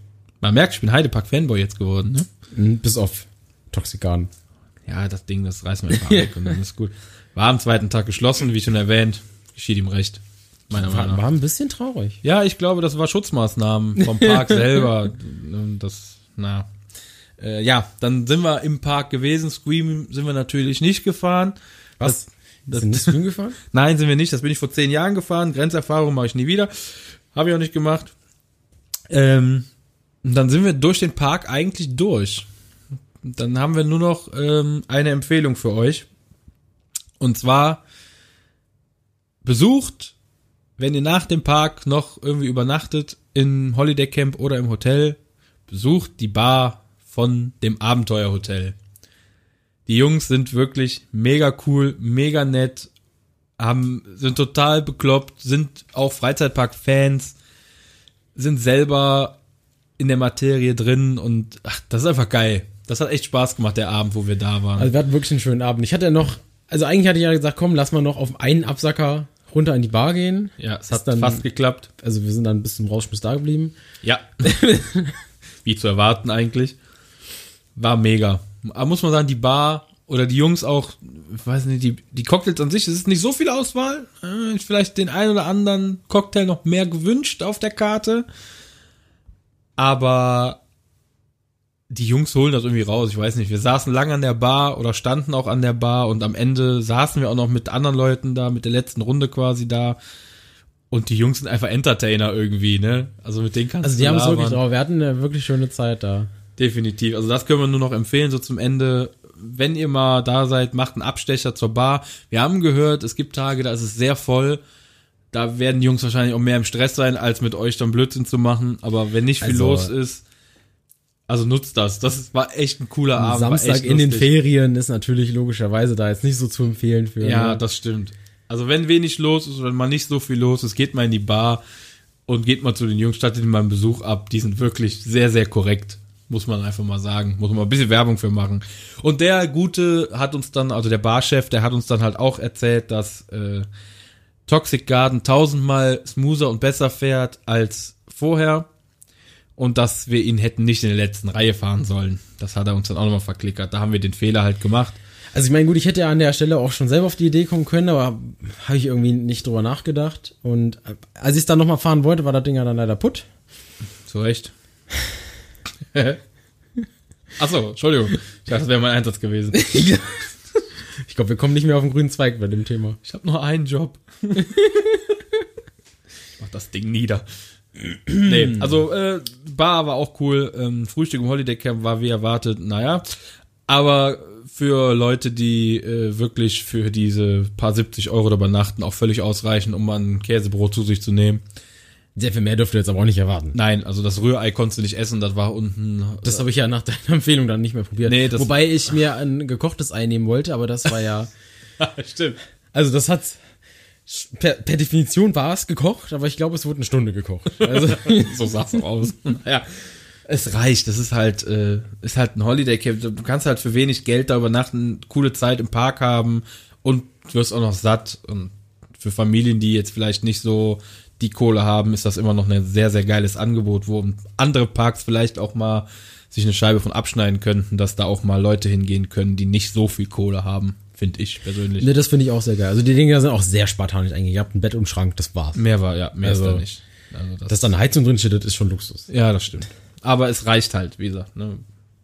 Man merkt, ich bin Heidepark-Fanboy jetzt geworden, ne? Mhm, bis auf Toxic Garden. Ja, das Ding, das reißen wir einfach weg und dann ist gut. War am zweiten Tag geschlossen, wie schon erwähnt. Geschieht ihm recht. Meiner Meinung War, nach. war ein bisschen traurig. Ja, ich glaube, das war Schutzmaßnahmen vom Park selber. Das, na. Äh, ja, dann sind wir im Park gewesen. Scream sind wir natürlich nicht gefahren. Was? Das, das, sind nicht Scream gefahren? Nein, sind wir nicht. Das bin ich vor zehn Jahren gefahren. Grenzerfahrung mache ich nie wieder. Habe ich auch nicht gemacht. Ähm, und dann sind wir durch den Park eigentlich durch. Dann haben wir nur noch ähm, eine Empfehlung für euch. Und zwar besucht, wenn ihr nach dem Park noch irgendwie übernachtet, im Holiday Camp oder im Hotel, besucht die Bar von dem Abenteuerhotel. Die Jungs sind wirklich mega cool, mega nett, haben, sind total bekloppt, sind auch Freizeitpark-Fans, sind selber in der Materie drin und ach, das ist einfach geil. Das hat echt Spaß gemacht, der Abend, wo wir da waren. Also wir hatten wirklich einen schönen Abend. Ich hatte ja noch, also eigentlich hatte ich ja gesagt, komm, lass mal noch auf einen Absacker runter in die Bar gehen. Ja, es Ist hat dann- fast geklappt. Also wir sind dann bis zum Rausschmiss da geblieben. Ja. Wie zu erwarten eigentlich. War mega. Aber muss man sagen, die Bar oder die Jungs auch, ich weiß nicht, die, die Cocktails an sich, es ist nicht so viel Auswahl. Äh, Vielleicht den einen oder anderen Cocktail noch mehr gewünscht auf der Karte. Aber die Jungs holen das irgendwie raus. Ich weiß nicht, wir saßen lange an der Bar oder standen auch an der Bar und am Ende saßen wir auch noch mit anderen Leuten da, mit der letzten Runde quasi da. Und die Jungs sind einfach Entertainer irgendwie, ne? Also mit denen kannst Also du die haben es labern. wirklich drauf. Wir hatten eine wirklich schöne Zeit da. Definitiv. Also das können wir nur noch empfehlen, so zum Ende. Wenn ihr mal da seid, macht einen Abstecher zur Bar. Wir haben gehört, es gibt Tage, da ist es sehr voll. Da werden die Jungs wahrscheinlich auch mehr im Stress sein, als mit euch dann Blödsinn zu machen. Aber wenn nicht viel Also- los ist, also nutzt das. Das war echt ein cooler Abend. war Samstag echt in den lustig. Ferien ist natürlich logischerweise da jetzt nicht so zu empfehlen für. Ja, ne? das stimmt. Also wenn wenig los ist oder mal nicht so viel los ist, geht mal in die Bar und geht mal zu den Jungs, stattet ihnen mal einen Besuch ab. Die sind wirklich sehr, sehr korrekt. Muss man einfach mal sagen. Muss man mal ein bisschen Werbung für machen. Und der Gute hat uns dann, also der Barchef, der hat uns dann halt auch erzählt, dass äh, Toxic Garden tausendmal smoother und besser fährt als vorher. Und dass wir ihn hätten nicht in der letzten Reihe fahren sollen. Das hat er uns dann auch nochmal verklickert. Da haben wir den Fehler halt gemacht. Also ich meine, gut, ich hätte ja an der Stelle auch schon selber auf die Idee kommen können, aber habe ich irgendwie nicht drüber nachgedacht. Und äh, als ich es dann nochmal fahren wollte, war das Ding ja dann leider putt. Zu Recht. Achso, Entschuldigung. Ich dachte, das wäre mein Einsatz gewesen. Ich glaube, wir kommen nicht mehr auf den grünen Zweig bei dem Thema. Ich habe nur einen Job. Ich mach das Ding nieder. Nee, also äh, Bar war auch cool. Ähm, Frühstück im Holiday Camp war wie erwartet, naja. Aber für Leute, die äh, wirklich für diese paar siebzig Euro da übernachten, auch völlig ausreichen, um mal ein Käsebrot zu sich zu nehmen. Sehr viel mehr dürft ihr jetzt aber auch nicht erwarten. Nein, also das Rührei konntest du nicht essen, das war unten. Das habe ich ja nach deiner Empfehlung dann nicht mehr probiert. Nee, das- Wobei ich mir ein gekochtes Ei nehmen wollte, aber das war ja, Stimmt. also das hat, per, per Definition war es gekocht, aber ich glaube, es wurde eine Stunde gekocht. Also, So sah es auch aus. Ja, es reicht. Das ist halt, äh, ist halt ein Holiday Camp. Du kannst halt für wenig Geld da übernachten, coole Zeit im Park haben und du wirst auch noch satt. Und für Familien, die jetzt vielleicht nicht so die Kohle haben, ist das immer noch ein sehr, sehr geiles Angebot, wo andere Parks vielleicht auch mal sich eine Scheibe von abschneiden könnten, dass da auch mal Leute hingehen können, die nicht so viel Kohle haben, finde ich persönlich. ne, das finde ich auch sehr geil. Also die Dinge sind auch sehr spartanisch eigentlich. Ihr habt ein Bett und einen Schrank, das war's. Mehr war, ja, mehr Also, ist da nicht. Also das Dass da eine Heizung drin steht, das ist schon Luxus. Ja, das stimmt. Aber es reicht halt, wie gesagt. Ne?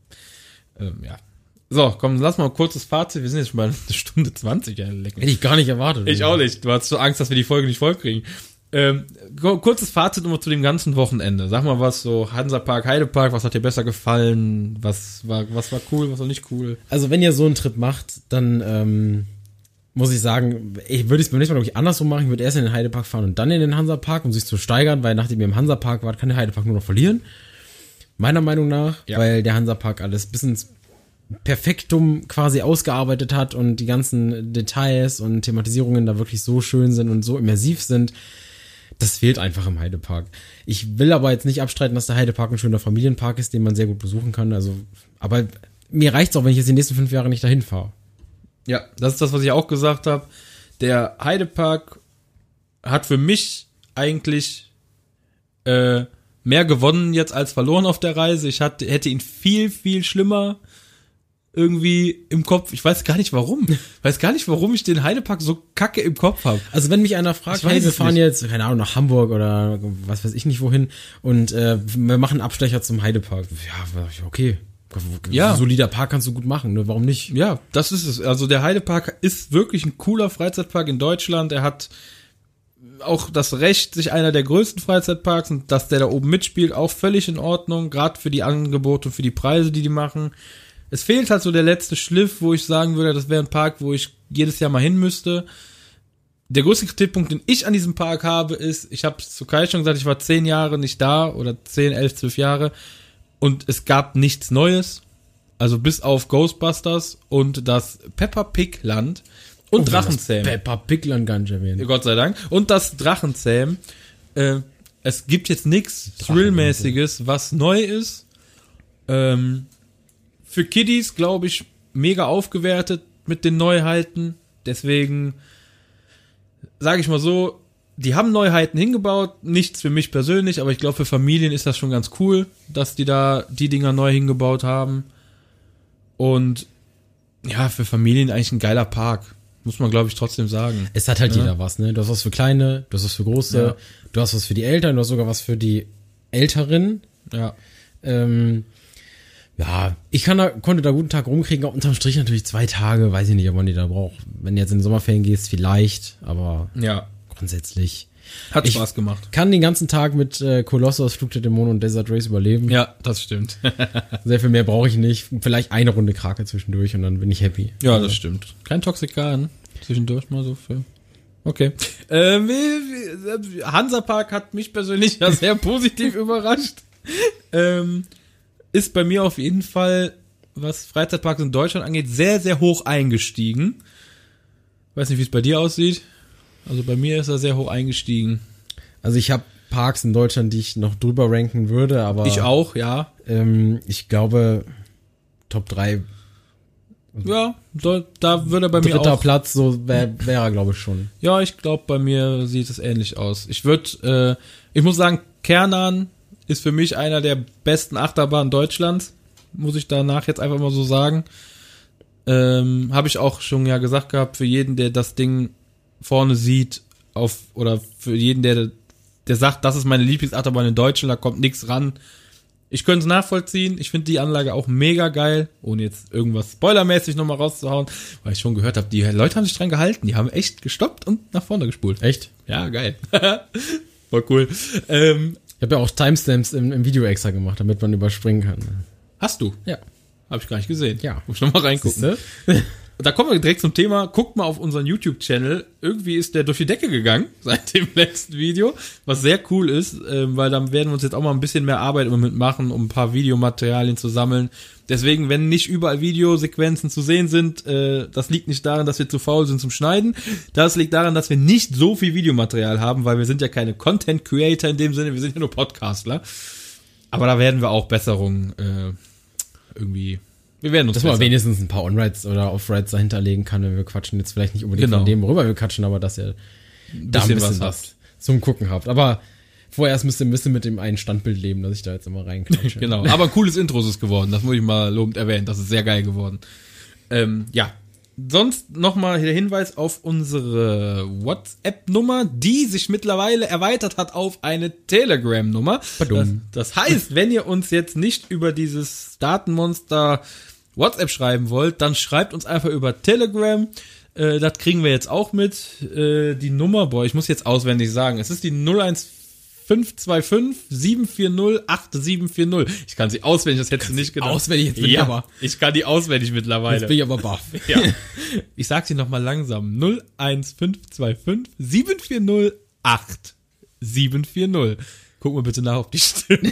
Ähm, ja. So, komm, lass mal ein kurzes Fazit. Wir sind jetzt schon bei einer Stunde zwanzig. Ja, lecker. Hätte ich gar nicht erwartet. Ich auch nicht. Du hattest so Angst, dass wir die Folge nicht vollkriegen. Ähm, ku- kurzes Fazit immer zu dem ganzen Wochenende. Sag mal was so, Hansapark, Heidepark, was hat dir besser gefallen? Was war, was war cool, was war nicht cool? Also wenn ihr so einen Trip macht, dann ähm, muss ich sagen, ich würde es beim nächsten Mal, glaube ich, andersrum machen. Ich würde erst in den Heidepark fahren und dann in den Hansapark, um sich zu steigern, weil nachdem ihr im Hansapark wart, kann der Heidepark nur noch verlieren. Meiner Meinung nach, Ja. weil der Hansapark alles bis ins Perfektum quasi ausgearbeitet hat und die ganzen Details und Thematisierungen da wirklich so schön sind und so immersiv sind. Das fehlt einfach im Heidepark. Ich will aber jetzt nicht abstreiten, dass der Heidepark ein schöner Familienpark ist, den man sehr gut besuchen kann. Also, aber mir reicht's auch, wenn ich jetzt die nächsten fünf Jahre nicht dahin fahre. Ja, das ist das, was ich auch gesagt habe. Der Heidepark hat für mich eigentlich äh, mehr gewonnen jetzt als verloren auf der Reise. Ich hatte, hätte ihn viel, viel schlimmer irgendwie im Kopf. Ich weiß gar nicht warum. Ich weiß gar nicht, warum ich den Heidepark so kacke im Kopf habe. Also wenn mich einer fragt, hey, wir fahren nicht. jetzt, keine Ahnung, nach Hamburg oder was weiß ich nicht wohin und äh, wir machen Abstecher zum Heidepark. Ja, okay. Ja. Solider Park kannst du gut machen, ne? Warum nicht? Ja, das ist es. Also der Heidepark ist wirklich ein cooler Freizeitpark in Deutschland. Er hat auch das Recht, sich einer der größten Freizeitparks, und dass der da oben mitspielt, auch völlig in Ordnung, gerade für die Angebote und für die Preise, die die machen. Es fehlt halt so der letzte Schliff, wo ich sagen würde, das wäre ein Park, wo ich jedes Jahr mal hin müsste. Der größte Kritikpunkt, den ich an diesem Park habe, ist, ich habe zu Kai schon gesagt, ich war zehn Jahre nicht da oder zehn, elf, zwölf Jahre und es gab nichts Neues. Also bis auf Ghostbusters und das Peppa Pig Land und oh, Drachenzähm. Peppa Pig Land gar nicht erwähnt. Gott sei Dank. Und das Drachenzähm. Äh, es gibt jetzt nichts Thrillmäßiges, was neu ist. Ähm, für Kiddies, glaube ich, mega aufgewertet mit den Neuheiten. Deswegen sage ich mal so, die haben Neuheiten hingebaut. Nichts für mich persönlich, aber ich glaube, für Familien ist das schon ganz cool, dass die da die Dinger neu hingebaut haben. Und ja, für Familien eigentlich ein geiler Park. Muss man, glaube ich, trotzdem sagen. Es hat halt ja. jeder was, ne? Du hast was für Kleine, du hast was für Große, ja. du hast was für die Eltern, du hast sogar was für die Älteren. Ja. Ähm, ja, ich kann da, konnte da guten Tag rumkriegen, auch unterm Strich natürlich zwei Tage, weiß ich nicht, ob man die da braucht. Wenn du jetzt in den Sommerferien gehst, vielleicht, aber ja. grundsätzlich. Hat ich Spaß gemacht. Kann den ganzen Tag mit äh, Kolossos, Flug der Dämonen und Desert Race überleben. Ja, das stimmt. Sehr viel mehr brauche ich nicht. Vielleicht eine Runde Krake zwischendurch und dann bin ich happy. Ja, das also. stimmt. Kein Toxikan zwischendurch mal so für. Okay. Äh, Hansapark hat mich persönlich ja sehr positiv überrascht. Ähm, ist bei mir auf jeden Fall, was Freizeitparks in Deutschland angeht, sehr, sehr hoch eingestiegen. Weiß nicht, wie es bei dir aussieht. Also bei mir ist er sehr hoch eingestiegen. Also ich habe Parks in Deutschland, die ich noch drüber ranken würde, aber... Ich auch, ja. Ähm, ich glaube, Top drei... Ja, da, da würde er bei mir auch... Dritter Platz, so wäre wär er, glaube ich, schon. Ja, ich glaube, bei mir sieht es ähnlich aus. Ich würde, äh, ich muss sagen, Kernan ist für mich einer der besten Achterbahnen Deutschlands. Muss ich danach jetzt einfach mal so sagen. Ähm, habe ich auch schon ja gesagt gehabt, für jeden, der das Ding vorne sieht, auf, oder für jeden, der, der sagt, das ist meine Lieblingsachterbahn in Deutschland, da kommt nichts ran. Ich könnte es nachvollziehen. Ich finde die Anlage auch mega geil, ohne jetzt irgendwas spoilermäßig nochmal rauszuhauen, weil ich schon gehört habe, die Leute haben sich dran gehalten, die haben echt gestoppt und nach vorne gespult. Echt? Ja, geil. Voll cool. Ähm, ich habe ja auch Timestamps im, im Video extra gemacht, damit man überspringen kann. Hast du? Ja. Habe ich gar nicht gesehen. Ja. Muss ich noch mal reingucken. Da kommen wir direkt zum Thema. Guckt mal auf unseren YouTube-Channel. Irgendwie ist der durch die Decke gegangen seit dem letzten Video, was sehr cool ist, äh, weil dann werden wir uns jetzt auch mal ein bisschen mehr Arbeit immer mitmachen, um ein paar Videomaterialien zu sammeln. Deswegen, wenn nicht überall Videosequenzen zu sehen sind, äh, das liegt nicht daran, dass wir zu faul sind zum Schneiden. Das liegt daran, dass wir nicht so viel Videomaterial haben, weil wir sind ja keine Content-Creator in dem Sinne, wir sind ja nur Podcastler. Aber da werden wir auch Besserungen äh, irgendwie... Wir werden uns dass man wenigstens ein paar On-Rides oder Off-Rides dahinterlegen kann, wenn wir quatschen. Jetzt vielleicht nicht unbedingt genau. von dem, worüber wir quatschen, aber dass ihr da ein bisschen was, was zum Gucken habt. Aber vorerst müsst ihr ein bisschen mit dem einen Standbild leben, dass ich da jetzt immer reinklatsche. Genau, aber ein cooles Intro ist es geworden. Das muss ich mal lobend erwähnen. Das ist sehr geil geworden. Ähm, ja, sonst nochmal der Hinweis auf unsere WhatsApp-Nummer, die sich mittlerweile erweitert hat auf eine Telegram-Nummer. Das, das heißt, wenn ihr uns jetzt nicht über dieses Datenmonster WhatsApp schreiben wollt, dann schreibt uns einfach über Telegram. Äh, das kriegen wir jetzt auch mit. Äh, die Nummer, boah, ich muss jetzt auswendig sagen. Es ist die null eins fünf zwei fünf sieben vier null acht sieben vier null. Ich kann sie auswendig, das hättest du nicht gedacht. Auswendig, jetzt bin ich ja, aber. Ich kann die auswendig mittlerweile. Jetzt bin ich aber baff. Ja. Ich sag sie nochmal langsam. null eins fünf zwei fünf sieben vier null acht sieben vier null. Guck mal bitte nach, ob die stimmt.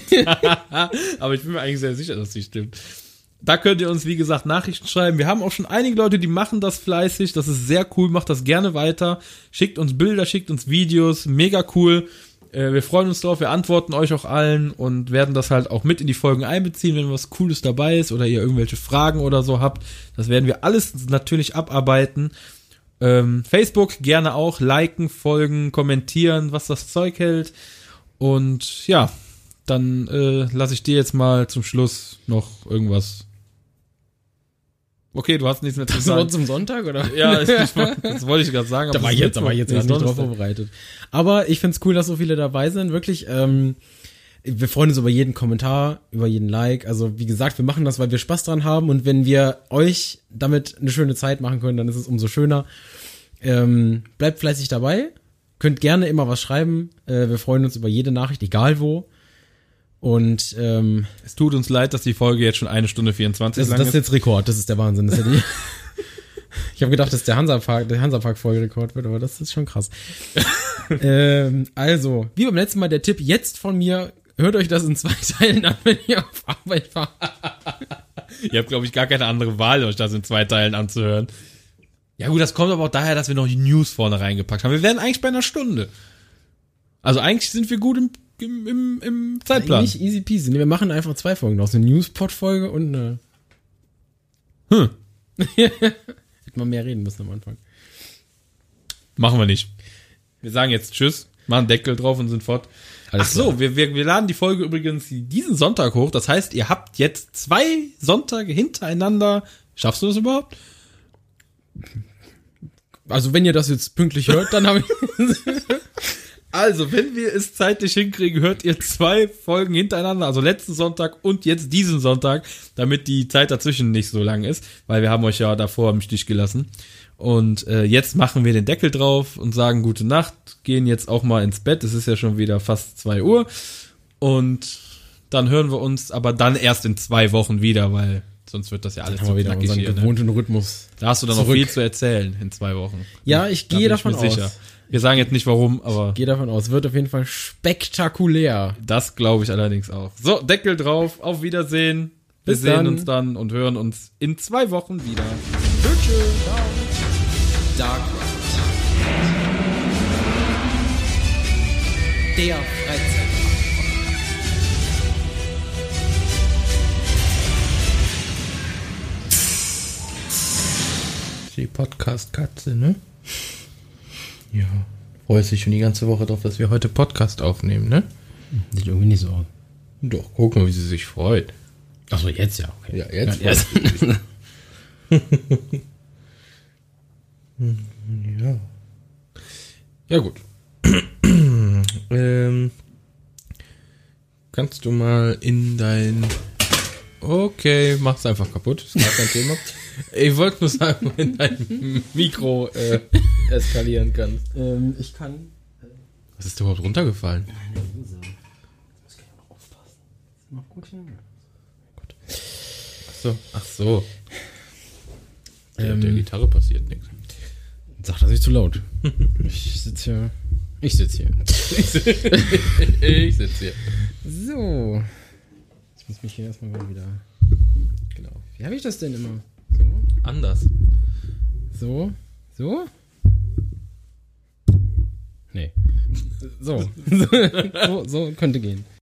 Aber ich bin mir eigentlich sehr sicher, dass die stimmt. Da könnt ihr uns, wie gesagt, Nachrichten schreiben. Wir haben auch schon einige Leute, die machen das fleißig. Das ist sehr cool. Macht das gerne weiter. Schickt uns Bilder, schickt uns Videos. Mega cool. Äh, wir freuen uns drauf. Wir antworten euch auch allen und werden das halt auch mit in die Folgen einbeziehen, wenn was Cooles dabei ist oder ihr irgendwelche Fragen oder so habt. Das werden wir alles natürlich abarbeiten. Ähm, Facebook gerne auch liken, folgen, kommentieren, was das Zeug hält. Und ja, dann äh, lasse ich dir jetzt mal zum Schluss noch irgendwas. Okay, du hast nichts mehr zu Das sagen. war zum Sonntag, oder? Ja, ich, ich, das wollte ich gerade sagen. Da aber war es ich ist jetzt, da war ich jetzt Mittwoch. gar Nee, nicht drauf Donnerstag. vorbereitet. Aber ich find's cool, dass so viele dabei sind, wirklich. Ähm, wir freuen uns über jeden Kommentar, über jeden Like. Also wie gesagt, wir machen das, weil wir Spaß dran haben. Und wenn wir euch damit eine schöne Zeit machen können, dann ist es umso schöner. Ähm, bleibt fleißig dabei. Könnt gerne immer was schreiben. Äh, wir freuen uns über jede Nachricht, egal wo. Und ähm, Es tut uns leid, dass die Folge jetzt schon eine Stunde vierundzwanzig das, lang das ist. ist jetzt Rekord. Das ist der Wahnsinn. Das ist ja die ich habe gedacht, dass der Hansapark, der Hansapark-Folge-Rekord wird, aber das ist schon krass. ähm, also, wie beim letzten Mal der Tipp jetzt von mir, hört euch das in zwei Teilen an, wenn ihr auf Arbeit fahrt. Ihr habt, glaube ich, gar keine andere Wahl, euch das in zwei Teilen anzuhören. Ja gut, das kommt aber auch daher, dass wir noch die News vorne reingepackt haben. Wir wären eigentlich bei einer Stunde. Also eigentlich sind wir gut im, im, im, im Zeitplan. Nicht easy peasy. Nee, wir machen einfach zwei Folgen draus. Eine News-Pod-Folge und eine... Hm. Hätte man mehr reden müssen am Anfang. Machen wir nicht. Wir sagen jetzt Tschüss, machen Deckel drauf und sind fort. Alles Ach so, klar. wir, wir, wir laden die Folge übrigens diesen Sonntag hoch. Das heißt, ihr habt jetzt zwei Sonntage hintereinander. Schaffst du das überhaupt? Also wenn ihr das jetzt pünktlich hört, dann habe ich... Also, wenn wir es zeitlich hinkriegen, hört ihr zwei Folgen hintereinander, also letzten Sonntag und jetzt diesen Sonntag, damit die Zeit dazwischen nicht so lang ist, weil wir haben euch ja davor im Stich gelassen. Und äh, jetzt machen wir den Deckel drauf und sagen gute Nacht, gehen jetzt auch mal ins Bett, es ist ja schon wieder fast zwei Uhr und dann hören wir uns aber dann erst in zwei Wochen wieder, weil sonst wird das ja alles Haben wir wieder knackig unseren hier, ne? gewohnten Rhythmus. Da hast du dann noch zurück. viel zu erzählen in zwei Wochen. Ja, ich Da bin gehe ich davon mir aus. sicher. Wir sagen jetzt nicht warum, aber Gehe davon aus. Wird auf jeden Fall spektakulär. das glaube ich allerdings auch. So, Deckel drauf, auf Wiedersehen. Wir Bis sehen dann. uns dann und hören uns in zwei Wochen wieder. Dark Der Freizeit. Die Podcast-Katze, ne? Ja. Freust dich schon die ganze Woche drauf, dass wir heute Podcast aufnehmen, ne? Sieht irgendwie nicht so aus. Doch, guck mal, wie sie sich freut. Achso, jetzt ja, okay. Ja, jetzt Ja, jetzt. Ja. Ja, gut. ähm, kannst du mal in dein... Okay, mach's einfach kaputt. Ist gar kein Thema. Ich wollte nur sagen, wenn dein Mikro äh, eskalieren kann. ähm, ich kann... Was ist überhaupt runtergefallen? Meine Hose. Das kann ich auch noch aufpassen. Ist noch gut hin. Ach so. Ach so. Der, Ähm, der Gitarre passiert nichts. Sag das nicht zu laut. Ich sitze hier. Ich sitze hier. Ich sitze hier. So. Ich muss mich hier erstmal mal wieder. Genau. Wie habe ich das denn immer? So? Anders. So? So? Nee. So. so, so könnte gehen.